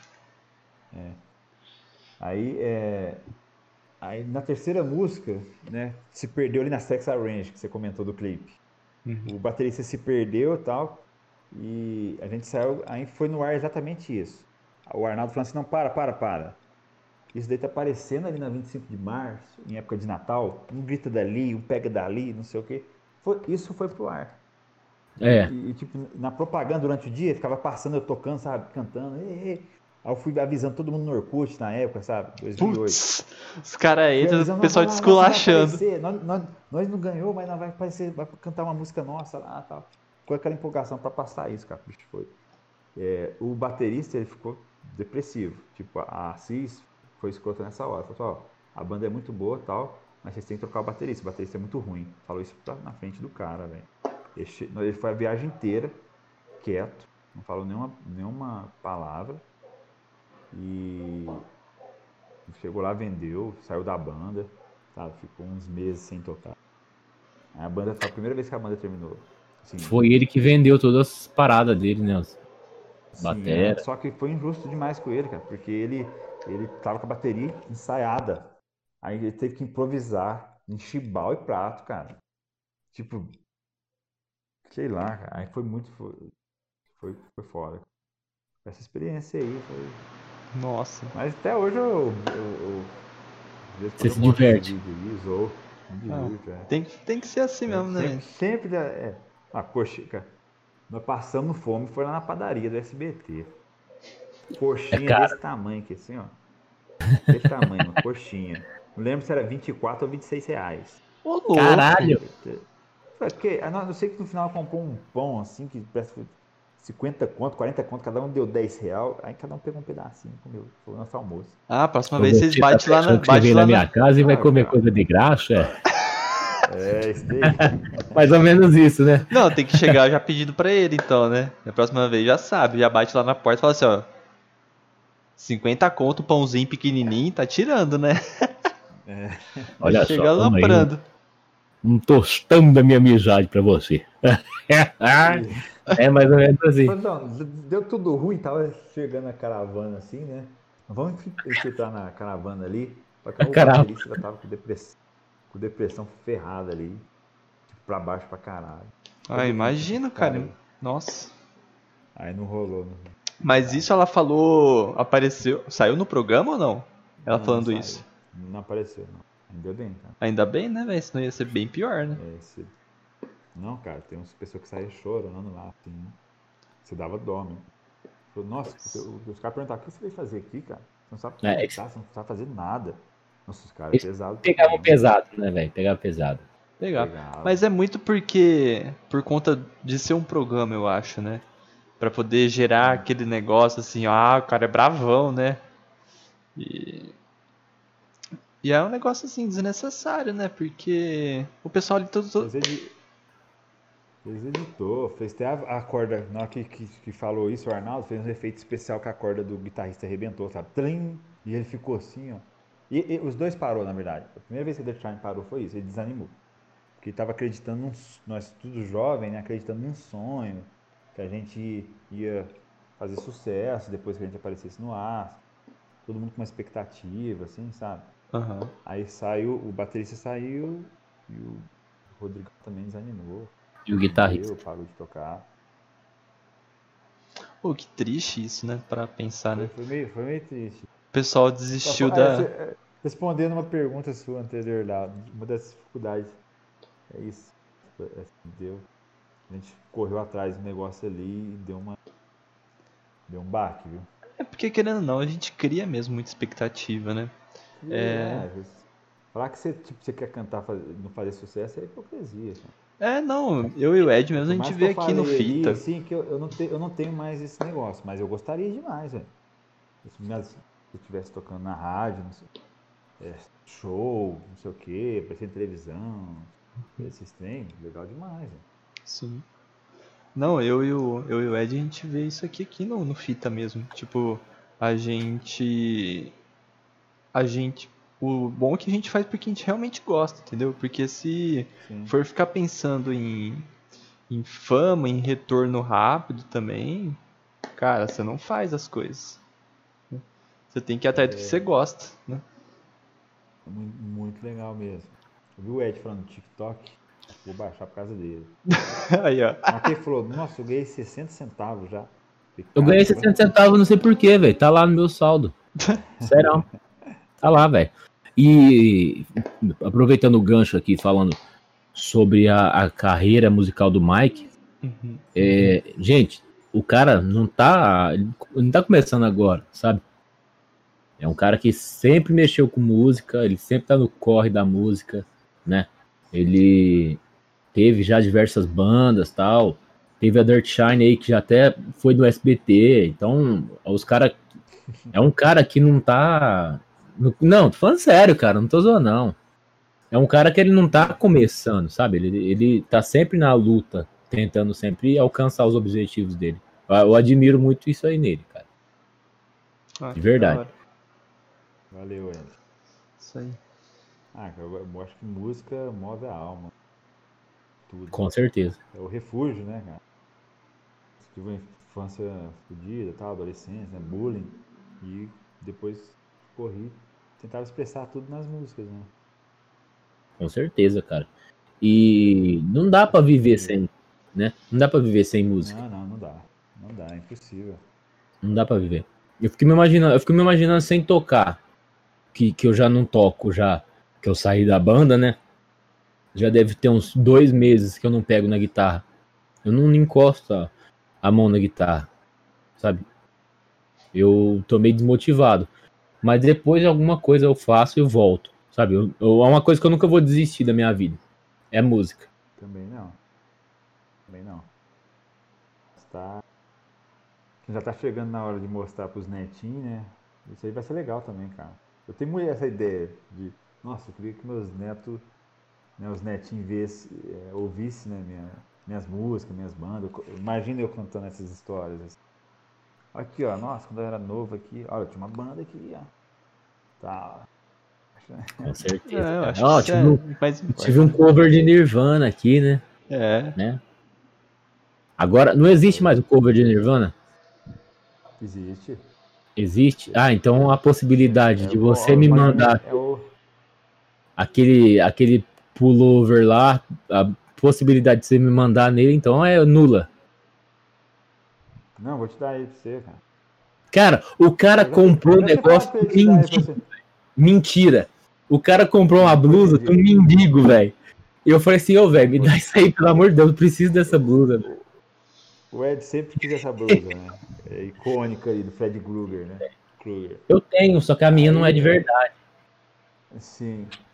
Aí, é... Aí na terceira música, né? Se perdeu ali na Sex Arrange, que você comentou do clipe. O baterista se perdeu e tal. E a gente saiu. Aí foi no ar exatamente isso. O Arnaldo falando assim: não, para, para, para. Isso daí tá aparecendo ali na vinte e cinco de março, em época de Natal. Um grita dali, um pega dali, não sei o quê. Foi, isso foi pro ar.
É.
E, e, tipo, na propaganda durante o dia, ficava passando, eu tocando, sabe, cantando. Ei, ei. Aí eu fui avisando todo mundo no Orkut na época, sabe? dois mil e oito.
Putz, os caras
Fui
entram,
avisando,
o pessoal
"Não, vai lá, vai
desculachando.
aparecer. Nós, nós, nós não ganhou, mas nós vai aparecer, vai cantar uma música nossa lá e tal. Ficou aquela empolgação pra passar isso, cara. Bicho, foi. É, o baterista, ele ficou depressivo. Tipo, a Cis foi escrota nessa hora. Falou, ó, a banda é muito boa e tal, mas vocês têm que trocar o baterista. O baterista é muito ruim. Falou isso pra, na frente do cara, velho. Ele, che- ele foi a viagem inteira, quieto, não falou nenhuma, nenhuma palavra. E chegou lá, vendeu, saiu da banda, sabe? Ficou uns meses sem tocar. Aí a banda, foi a primeira vez que a banda terminou. Assim,
Foi ele que vendeu todas as paradas dele, né? Os-
sim,
batera.
é, só que foi injusto demais com ele, cara, porque ele, ele tava com a bateria ensaiada. Aí ele teve que improvisar em chibal e prato, cara. Tipo, sei lá, cara. Aí foi muito. Foi, foi, foi foda. Essa experiência aí foi.
Nossa.
Mas até hoje eu. eu, eu, às vezes,
Você
quando
se
eu mostro
diverte.
esse vídeo aí, zoou. Me
Ah,
divirto, é.
tem, que- tem que ser assim mesmo,
Sempre,
né?
sempre dá- é. A coxinha, cara. Nós passamos fome, foi lá na padaria do S B T. Coxinha
É caro.
desse tamanho aqui, assim, ó. Desse tamanho, uma coxinha. Não lembro se era vinte e quatro ou vinte e seis reais.
Ô, louco.
Caralho!
Foi porque, ah, não, eu sei que no final comprou um pão assim, que parece que foi cinquenta conto, quarenta conto, cada um deu dez real. Aí cada um pegou um pedacinho, comeu. Foi o nosso almoço.
Ah, próxima
Eu
vez
vou
vocês
tirar
batem lá
a
na.
pessoa que você
Bate
vem
lá
na
na.
minha casa e vai
Ah,
comer
cara.
coisa de graça, é?
É, isso daí.
Mais ou menos isso, né?
Não, tem que chegar já pedindo pra ele, então, né? Na próxima vez já sabe, já bate lá na porta e fala assim, ó. cinquenta conto, pãozinho pequenininho, tá tirando, né?
Olha
Chega
só, toma aí,
aloprando.
um tostão da minha amizade pra você. É mais ou menos assim.
Mas, não, deu tudo ruim, tava chegando a caravana assim, né? Vamos infiltrar na caravana ali. Só que
A
o
caravana.
baterista já tava com depressão, com depressão ferrada ali. Tipo, pra baixo pra caralho.
Ah, imagina, cara. Nossa.
Aí não rolou. Não.
Mas isso ela falou. Apareceu. Saiu no programa ou não? Ela
Não,
falando
não saiu.
isso.
Não apareceu, não. Ainda bem, cara.
Ainda bem, né, velho? Senão ia ser bem pior, né?
É, esse... Não, cara, tem umas pessoas que saíam chorando lá, assim. Você dava dó, meu. Falou, nossa, porque os caras perguntavam, o que você veio fazer aqui, cara? Você não sabe
É,
cantar,
esse-
você não sabe fazer nada. Nossa, os caras é
Eles
pesado. pra
Pegavam
caramba.
pesado, né, velho? Pegava pesado.
Legal.
Legal.
Mas é muito porque. Por conta de ser um programa, eu acho, né? Pra poder gerar aquele negócio assim, ah, o cara é bravão, né? E. E é um negócio assim, desnecessário, né? Porque o pessoal ali todo. todo-
Fez, edi... fez editor, fez até a, a corda. Na hora que, que, que falou isso, o Arnaldo fez um efeito especial que a corda do guitarrista arrebentou, sabe? Trim! E ele ficou assim, ó. E, e os dois parou, na verdade. A primeira vez que o The Shine parou foi isso, ele desanimou. Porque ele tava acreditando num. Nós, tudo jovem, né? Acreditando num sonho. Que a gente ia fazer sucesso depois que a gente aparecesse no ar. Todo mundo com uma expectativa, assim, sabe?
Aham.
Aí saiu, o baterista saiu e o Rodrigo também desanimou.
E o guitarrista.
Vendeu, parou de tocar.
Pô, que triste isso, né? Pra pensar,
Foi,
né?
foi meio, foi meio triste.
O pessoal
Só
desistiu
fa- é,
da.
cê- é, respondendo uma pergunta sua anterior lá, uma das dificuldades. É isso. É, assim, deu. A gente correu atrás do negócio ali e deu uma. Deu um baque, viu?
É porque, querendo ou não, a gente cria mesmo muita expectativa, né?
E,
É.
é, falar que você, tipo, você quer cantar faz- não fazer sucesso é hipocrisia, cara.
É, não, eu e o Ed mesmo a
Por
gente
mais que
vê
eu
aqui no
falei ali,
Fita.
assim, que eu, eu, não te, eu não tenho mais esse negócio, mas eu gostaria demais, velho. Se minhas- se eu estivesse tocando na rádio, não sei, é, show, não sei o quê, aparecer em televisão, esses trem, legal demais, velho.
Sim. Não, eu e o, eu e o Ed a gente vê isso aqui, aqui no, no Fita mesmo. Tipo, a gente. A gente. O bom é que a gente faz porque a gente realmente gosta, entendeu? Porque se
Sim.
for ficar pensando em, em fama, em retorno rápido também, cara, você não faz as coisas. Você tem que ir atrás do que você gosta, né?
Muito, muito legal mesmo. Eu vi o Ed falando no TikTok, acho que vou baixar por causa dele.
Aí, ó.
Na que ele falou, nossa, eu ganhei sessenta centavos já. Falei,
Eu ganhei
"Caramba."
sessenta centavos, não sei porquê, velho. Tá lá no meu saldo. Sério. Tá lá, velho. E aproveitando o gancho aqui, falando sobre a, a carreira musical do Mike,
Uhum.
é, gente, o cara não tá, ele não tá começando agora, sabe? É um cara que sempre mexeu com música, ele sempre tá no corre da música, né? Ele teve já diversas bandas, tal. Teve a Dirt Shine aí, que já até foi do S B T. Então, os cara é um cara que não tá... Não, tô falando sério, cara, não tô zoando, não. É um cara que ele não tá começando, sabe? Ele, ele tá sempre na luta, tentando sempre alcançar os objetivos dele. Eu, eu admiro muito isso aí nele, cara.
Ah,
De
que
verdade.
da hora.
Valeu, Ed.
Isso aí.
Ah, eu, eu acho que música move a alma. Tudo.
Com certeza.
É o refúgio, né, cara? Tive uma infância fodida, tal, adolescência, né, bullying. E depois corri, tentava expressar tudo nas músicas, né?
Com certeza, cara. E não dá pra viver sem, né? Não dá pra viver sem música.
Não, não, não dá. Não dá, é impossível.
Não dá pra viver. Eu fico me imaginando, eu fico me imaginando sem tocar, que, que eu já não toco já, que eu saí da banda, né? Já deve ter uns dois meses que eu não pego na guitarra. Eu não encosto a, a mão na guitarra, sabe? Eu tô meio desmotivado. Mas depois alguma coisa eu faço e eu volto, sabe? Eu, eu, é uma coisa que eu nunca vou desistir da minha vida. É música.
Também não. Também não. Está... Já tá chegando na hora de mostrar pros netinhos, né? Isso aí vai ser legal também, cara. Eu tenho muito essa ideia de... Nossa, eu queria que meus netos... Né, os netinhos vissem, é, ouvissem, né, minha, minhas músicas, minhas bandas. Imagina eu contando essas histórias. Assim. Aqui, ó. Nossa, quando eu era novo aqui... Olha, eu tinha uma banda aqui, ó. Tá...
Com certeza.
É, eu
cara.
acho
Ó,
que isso
tive,
é
um,
mais
tive um cover de Nirvana aqui, né?
É.
né? Agora, não existe mais o cover de Nirvana?
Existe.
Existe? Ah, então a possibilidade
É,
de
o-
você
o-
me
mas
mandar
É o...
aquele, aquele pullover lá, a possibilidade de você me mandar nele, então é nula.
Não, vou te dar aí pra você, cara.
Cara, o cara
Eu já-
comprou
eu
um
já tinha falado
negócio
pra ele
de
te dar aí pra
mendigo.
você.
Mentira. O cara comprou uma
Não foi
blusa de um
mendigo.
mendigo, velho. E eu falei assim, ô, velho, me
Foi.
dá isso aí, pelo amor de Deus, eu preciso dessa blusa. velho.
O Ed sempre quis essa blusa, né? É icônica aí do Fred Krueger, né? Krueger.
Eu tenho, só que a minha não é de
Aí,
verdade.
sim.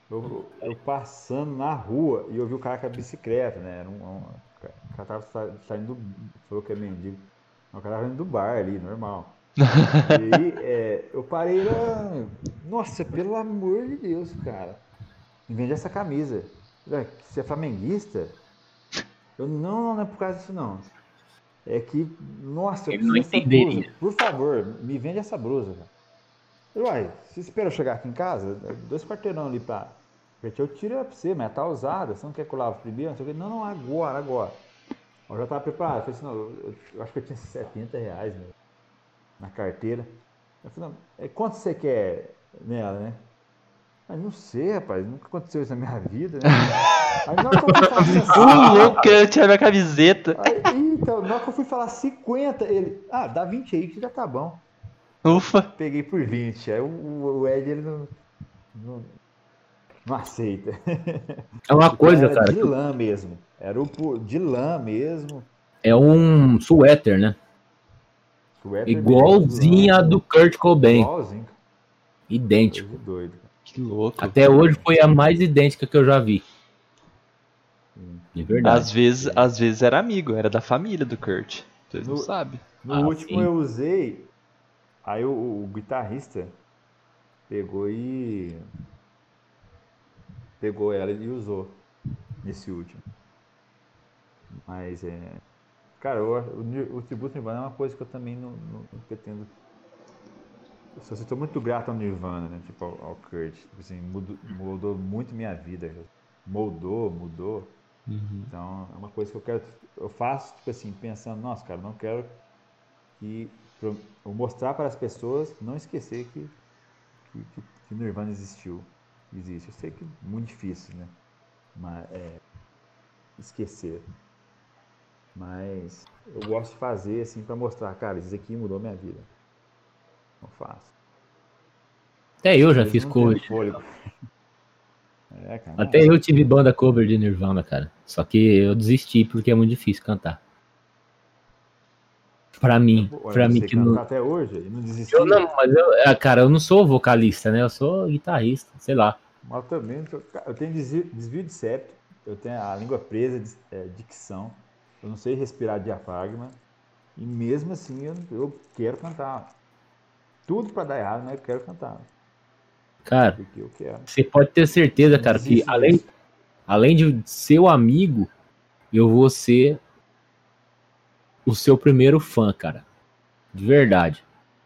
Eu, eu passando na rua e eu vi o cara com a bicicleta, né? Era um, um, o cara tava sa- saindo do. Falou que é mendigo. O cara tava indo do bar ali, normal. E aí é, eu parei lá. Nossa, pelo amor de Deus, cara. Me vende essa camisa. Eu falei, você é flamenguista? Eu não, não, não é por causa disso não. É que, nossa, eu
Ele não
preciso dessa
entenderia.
blusa. Por favor, me vende essa blusa, cara. Eu, uai, você espera eu chegar aqui em casa? É dois quarteirão ali pra. Porque eu tiro ela pra você, mas tá usada. Você não quer que eu lave primeiro? Não, sei o quê. Não, não, agora, agora. Eu já tava preparado. Eu falei assim, não, eu, eu acho que eu tinha setenta reais né, na carteira. Eu falei, não, é, quanto você quer nela, né? Mas não sei, rapaz, nunca aconteceu isso na minha vida, né? Aí na hora que eu fui falar
Uh, louco,
sessenta,
eu tinha minha camiseta.
aí, então, na hora que eu fui falar cinquenta, ele, ah, dá vinte aí que já tá bom.
Ufa.
Peguei por vinte. Aí o, o, o Ed, ele não, não, não aceita.
É uma
Porque
coisa,
era
cara,
de
que
lã mesmo. Era o pu- de lã mesmo.
é um suéter, né?
Suéter mesmo, de
Igualzinha a
lã.
do Kurt Cobain.
Igualzinho. Coisa
Idêntico.
de doido. Cara.
Que louco.
Até hoje foi a mais idêntica que eu já vi. De verdade.
Às vezes, às vezes era amigo, era da família do Kurt. Vocês não
No-
sabem.
No
Ah,
último
sim.
eu usei, aí o, o guitarrista pegou e. Pegou ela e usou nesse último. Mas é. Cara, eu- o, Nir- o tributo Nirvana é uma coisa que eu também não, não, não pretendo. Eu só estou muito grato ao Nirvana, né? Tipo, ao, ao Kurt. Tipo assim, mudou, mudou muito minha vida. Moldou, mudou. Então, é uma coisa que eu quero. Eu faço, tipo assim, pensando, nossa, cara, não quero que. Pra eu mostrar para as pessoas, não esquecer que, que, que, que Nirvana existiu. Existe. Eu sei que é muito difícil, né? Mas, é, esquecer. Mas eu gosto de fazer assim para mostrar, cara, isso aqui mudou minha vida. Não faço.
Até eu já
Mesmo
fiz
não
cover.
tendo fôlego. É, cara.
Até eu tive banda cover de Nirvana, cara. Só que eu desisti porque é muito difícil cantar. Pra mim,
Olha,
pra mim
você
que
cantar
não.
até hoje e não desistiu.
Eu não, mas eu, ah, cara, eu não sou vocalista, né? Eu sou guitarrista, sei lá.
Mas eu também, tô- eu tenho desvio, desvio de septo, eu tenho a língua presa, de, é, dicção, eu não sei respirar diafragma, e mesmo assim eu, eu quero cantar. Tudo para dar errado, mas eu quero cantar.
Cara,
Porque eu quero.
você pode ter certeza, cara, que
Desisto
além,
disso.
além de seu amigo, eu vou ser o seu primeiro fã, cara. De verdade.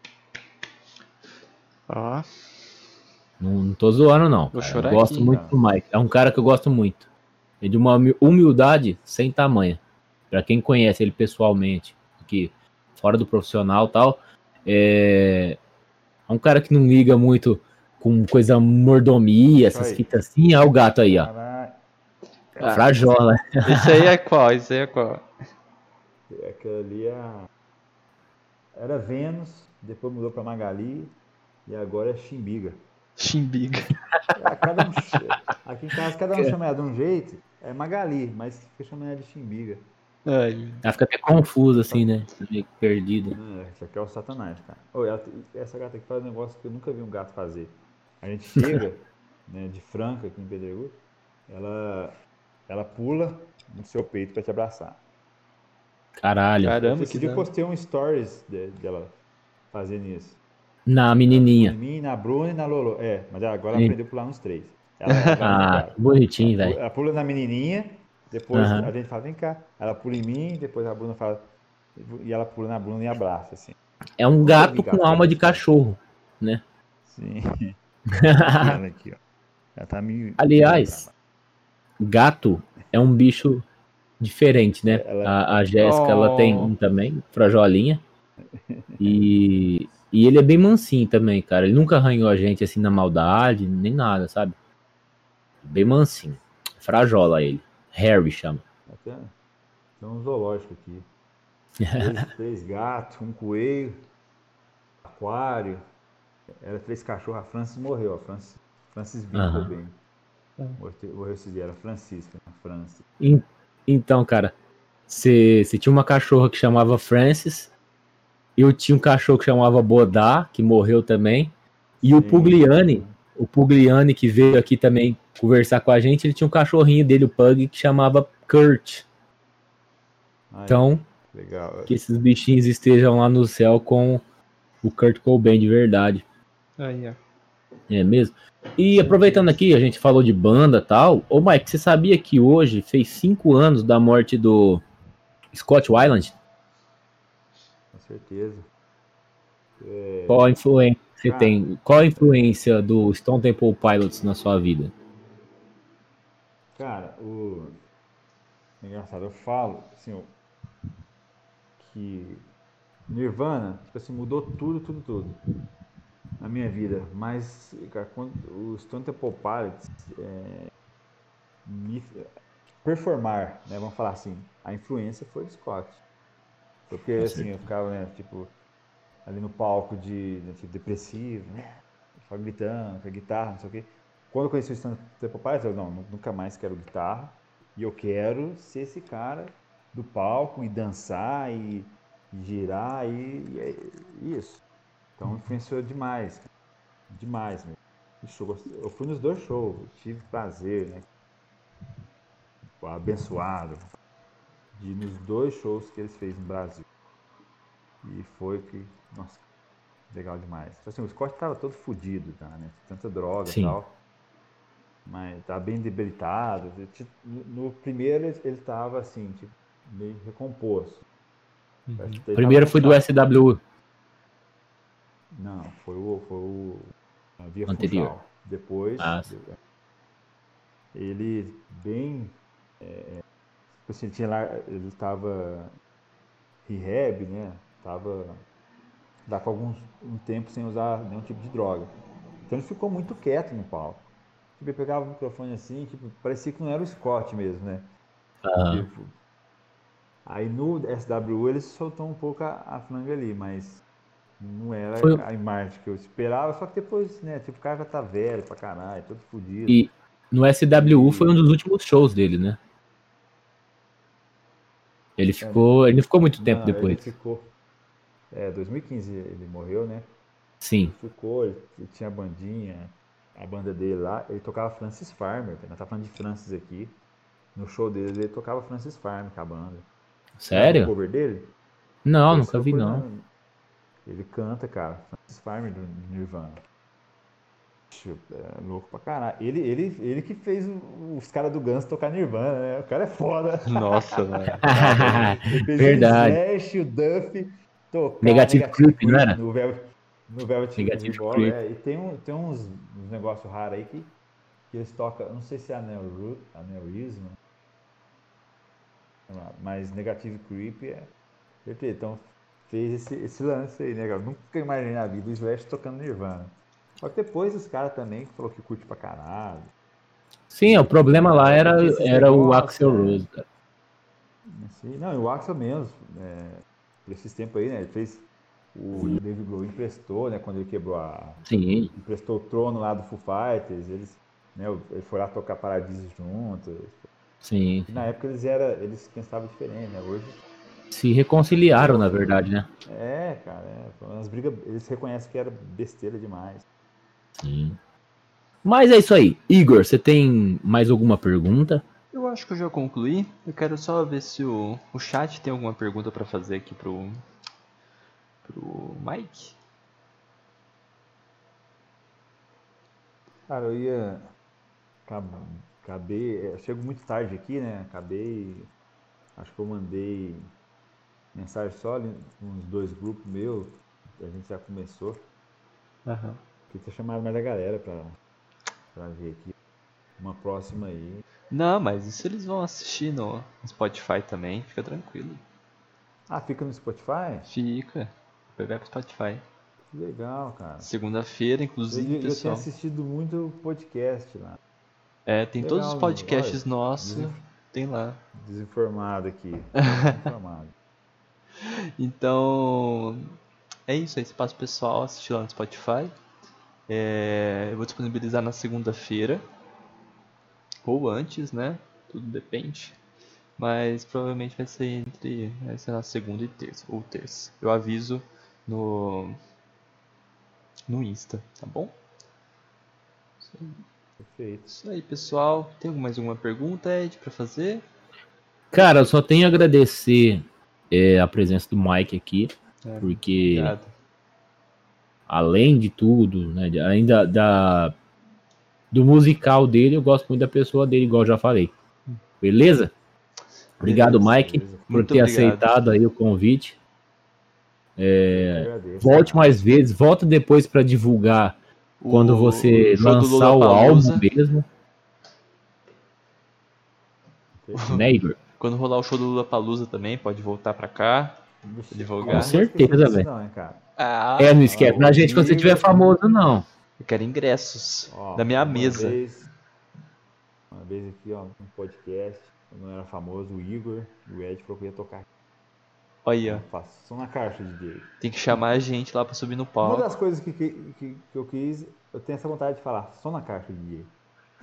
Ó,
Não, não tô zoando, não.
Vou
Cara.
chorar
Eu gosto
aqui,
muito
cara.
do Mike. É um cara que eu gosto muito. É de uma humi- humildade sem tamanho. Pra quem conhece ele pessoalmente, aqui fora do profissional e tal, é... é um cara que não liga muito com coisa mordomia, essas
Aí.
fitas assim. Olha o gato aí, ó.
Caralho.
Ah,
Frajola.
esse aí é qual? Esse aí é qual?
Aquela ali é a- era Vênus, depois mudou para Magali e agora é Chimbiga.
Chimbiga.
É, cada um, aqui em casa cada um chama ela de um jeito, é Magali, mas fica chamando ela de Chimbiga.
Ai,
Ela fica até confusa assim, né? Meio perdida.
É, isso aqui é o Satanás, cara. Ô, ela- essa gata aqui faz um negócio que eu nunca vi um gato fazer. A gente chega, né, de Franca aqui em Pedregulho, ela, ela pula no seu peito para te abraçar.
Caralho.
caramba,
Esse
que
dia eu
da...
postei um stories de- dela fazendo isso.
Na
Em
menininha.
mim, na Bruna e na Lolo. É, mas agora ela
Sim.
aprendeu a pular nos três. Ela, ela vai
Ah,
embora.
que bonitinho,
Ela pula,
velho.
ela pula na menininha, depois
Aham.
a gente fala, vem cá. Ela pula em mim, depois a Bruna fala. E ela pula na Bruna e abraça, assim.
É um
Nunca
gato
vi gato
com alma
fazer
de
isso.
cachorro, né?
Sim. Ela aqui, ó. Ela tá me.
Aliás, gato é um bicho diferente, né?
Ela-
A, a Jéssica, ela tem
Oh.
um também, frajolinha. E, e ele é bem mansinho também, cara. Ele nunca arranhou a gente assim na maldade, nem nada, sabe? Bem mansinho. Frajola ele. Harry chama.
Tem, tem um zoológico aqui. Três, três gatos, um coelho, aquário. Era três cachorros. A Francis morreu. A Francis, Francis Bean
Aham.
Cobain. Morreu morreu esse dia. Era Francisca, a Francis.
En- Então, cara, você tinha uma cachorra que chamava Francis. Eu tinha um cachorro que chamava Bodá, que morreu também. E o
Sim.
Pugliani, o Pugliani, que veio aqui também conversar com a gente, ele tinha um cachorrinho dele, o Pug, que chamava Kurt.
Ai,
Então,
legal.
que esses bichinhos estejam lá no céu com o Kurt Cobain de verdade.
Aí, ó.
É mesmo? E aproveitando aqui, a gente falou de banda e tal. Ô Mike, você sabia que hoje fez cinco anos da morte do Scott Weiland?
Com certeza. É,
Qual a influência você
cara,
tem? Qual a influência do Stone Temple Pilots na sua vida?
cara, o é engraçado, eu falo assim, ó, que Nirvana, tipo assim, mudou tudo, tudo, tudo na minha vida. Mas, cara, quando o Stone Temple Pilots é, me performar, né? Vamos falar assim, a influência foi do Scott. Porque
Com
assim, eu
certeza.
ficava, né, tipo, ali no palco de, de tipo, depressivo, né? Só gritando, com a guitarra, não sei o quê. Quando eu conheci o Stone Temple Pilots, eu não, nunca mais quero guitarra. E eu quero ser esse cara do palco e dançar e, e girar e, e é isso. Então influenciou demais, cara. Demais mesmo. Eu fui nos dois shows, tive prazer, né? Abençoado de ir nos dois shows que eles fez no Brasil. E foi que, nossa, legal demais. Assim, o Scott tava todo fodido, tá, né? Tanta droga e
Sim.
tal. Mas tá bem debilitado. No primeiro ele tava assim, tipo, meio recomposto.
Uhum.
Ele tava
Primeiro
no
foi do
final.
S W
Não, foi o, foi o a Via
anterior.
Funchal. Depois,
Ah,
ele bem. Tipo assim, ele tinha lá, ele tava rehab, né? Tava dá com alguns um tempo sem usar nenhum tipo de droga. Então ele ficou muito quieto no palco. Tipo, ele pegava o microfone assim, tipo, parecia que não era o Scott mesmo, né?
aham.
Tipo, aí no S W U ele soltou um pouco a, a franga ali, mas não
Foi,
era a imagem que eu esperava, só que depois, né, tipo, o cara já tá velho pra caralho, todo fodido.
e no S W U foi um
E
dos últimos shows dele, né? Ele
é,
ficou, ele não ficou muito tempo
não, ele
depois.
ficou. É, dois mil e quinze ele morreu, né? Ele
Sim,
ficou, ele, ele tinha a bandinha, a banda dele lá, ele tocava Francis Farmer, nós tá falando de Francis aqui. No show dele ele tocava Francis Farmer com a banda. Você já viu o
sério?
cover dele?
Não,
Depois
nunca
você
vi
procura
não.
na- ele canta, cara, Francis Farmer do Nirvana. É louco pra caralho. Ele, ele, ele que fez o- os caras do Guns tocar Nirvana, né? O cara é foda.
Nossa, mano.
Tá doido. Ele fez o
Verdade.
Slash, o Duff tocar
Negative
Negative
Creep, não
Creep
era?
no, Vel no Velvet
Negative
Revolver.
Creep.
É, e tem, um, tem uns, uns negócios raros aí que, que eles tocam, eu não sei se é aneurisma, aneurisma, mas Negative Creep é perfeito. Então fez esse, esse lance aí, né, cara? Nunca imaginei na vida o Slash tocando Nirvana. Só que depois os caras também falou que curte pra caralho.
Sim, o
E,
problema lá
né,
era,
ele tinha esses
era o
negócios,
Axel
né?
Rose, cara.
Assim, não, e o Axel mesmo, é, por esses tempos aí, né? Ele fez. O Dave Grohl emprestou, né? Quando ele quebrou a.
Sim,
Emprestou o trono lá do Foo Fighters. Eles, né, ele foi lá tocar Paradiso juntos.
sim,
E na
sim.
época eles era, eles pensavam diferente, né? Hoje
Se reconciliaram,
virou.
na verdade, né?
É, cara, é, foi umas brigas. Eles reconhecem que era besteira demais.
Sim. Mas é isso aí. Igor, você tem mais alguma pergunta?
Eu acho que eu já concluí. Eu quero só ver se o, o chat tem alguma pergunta pra fazer aqui pro, pro Mike.
Cara, eu ia. Acabei. Eu chego muito tarde aqui, né? Acabei. Acho que eu mandei mensagem só ali, uns dois grupos meus. A gente já começou.
Aham.
Queria ter chamado mais a galera pra, pra ver aqui. Uma próxima aí.
Não, mas isso eles vão assistir no no Spotify também, fica tranquilo.
Ah, fica no Spotify?
Fica. Vai pro Spotify.
Que legal, cara.
Segunda-feira,
Eu,
inclusive,
eu tenho
pessoal.
assistido muito podcast lá.
É, tem todos os
Legal, olha,
podcasts nossos,
desinf-
tem lá.
desinformado aqui. Desinformado.
Então, é isso aí, espaço pessoal, assistir lá no Spotify. É, eu vou disponibilizar na segunda-feira, ou antes, né? Tudo depende. Mas provavelmente vai ser entre, vai ser na segunda e terça, ou terça. Eu aviso no, no Insta, tá bom?
Perfeito.
Isso aí, pessoal. Tem mais alguma pergunta, Ed, pra fazer?
Cara, eu só tenho a agradecer é, a presença do Mike aqui,
É,
porque
obrigado.
além de tudo, né, de- além da, da- do musical dele, eu gosto muito da pessoa dele, igual eu já falei. Beleza? Obrigado,
Beleza,
Mike,
beleza.
por
Muito
ter
obrigado.
aceitado aí o convite.
Eu que agradeço,
Volte
cara.
mais vezes, volta depois para divulgar quando
O
você
show do
lançar o álbum
Lollapalooza.
mesmo, né, Igor?
Quando rolar o show do Lollapalooza também, pode voltar pra cá.
Vixe,
Divulgar.
não
Com
vou esquecer
certeza,
disso
velho.
Não, hein, cara.
Ah,
É, não esquece.
Ah,
Na
o
gente, quando você
Igor-
tiver famoso, não.
eu quero ingressos
Ó,
da minha
uma
mesa.
Vez, uma vez aqui, ó, no podcast, quando eu era famoso, o Igor e o Ed falou que ia tocar.
Olha,
Eu faço som na caixa, D J.
tem que chamar a gente lá pra subir no
Uma
palco.
das coisas que, que, que, que eu quis, eu tenho essa vontade de falar, som na caixa, D J.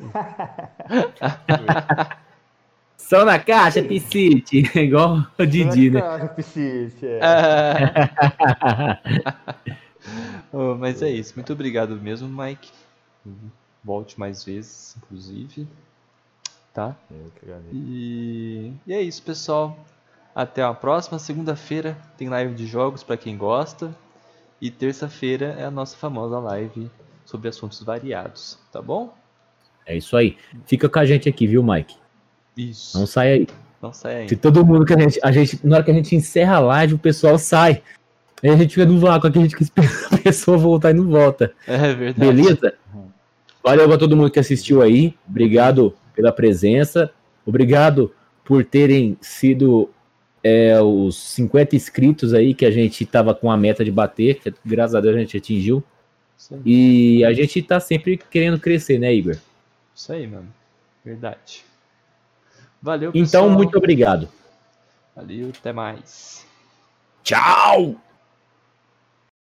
Só na caixa, Piscite. Igual o Didi, né?
Caixa, Piscite, é.
Ah. Oh, mas é isso. Muito obrigado mesmo, Mike. Volte mais vezes, inclusive. Tá?
Eu que agradeço.
E, e é isso, pessoal. Até a próxima. Segunda-feira tem live de jogos para quem gosta. E terça-feira é a nossa famosa live sobre assuntos variados. Tá bom?
É isso aí. Fica com a gente aqui, viu, Mike?
Isso.
Não sai aí.
Não sai
Se
ainda.
todo mundo que a gente, a gente. Na hora que a gente encerra a live, o pessoal sai. Aí a gente fica no vácuo, aqui a gente fica esperando a pessoa voltar e não volta.
É verdade.
Beleza? Valeu pra todo mundo que assistiu aí. Obrigado pela presença. Obrigado por terem sido é, os cinquenta inscritos aí que a gente tava com a meta de bater. Que graças a Deus a gente atingiu.
Isso aí,
E a gente tá sempre querendo crescer, né, Igor?
Isso aí, mano. Verdade. Valeu, pessoal.
Então, muito obrigado.
Valeu, até mais.
Tchau!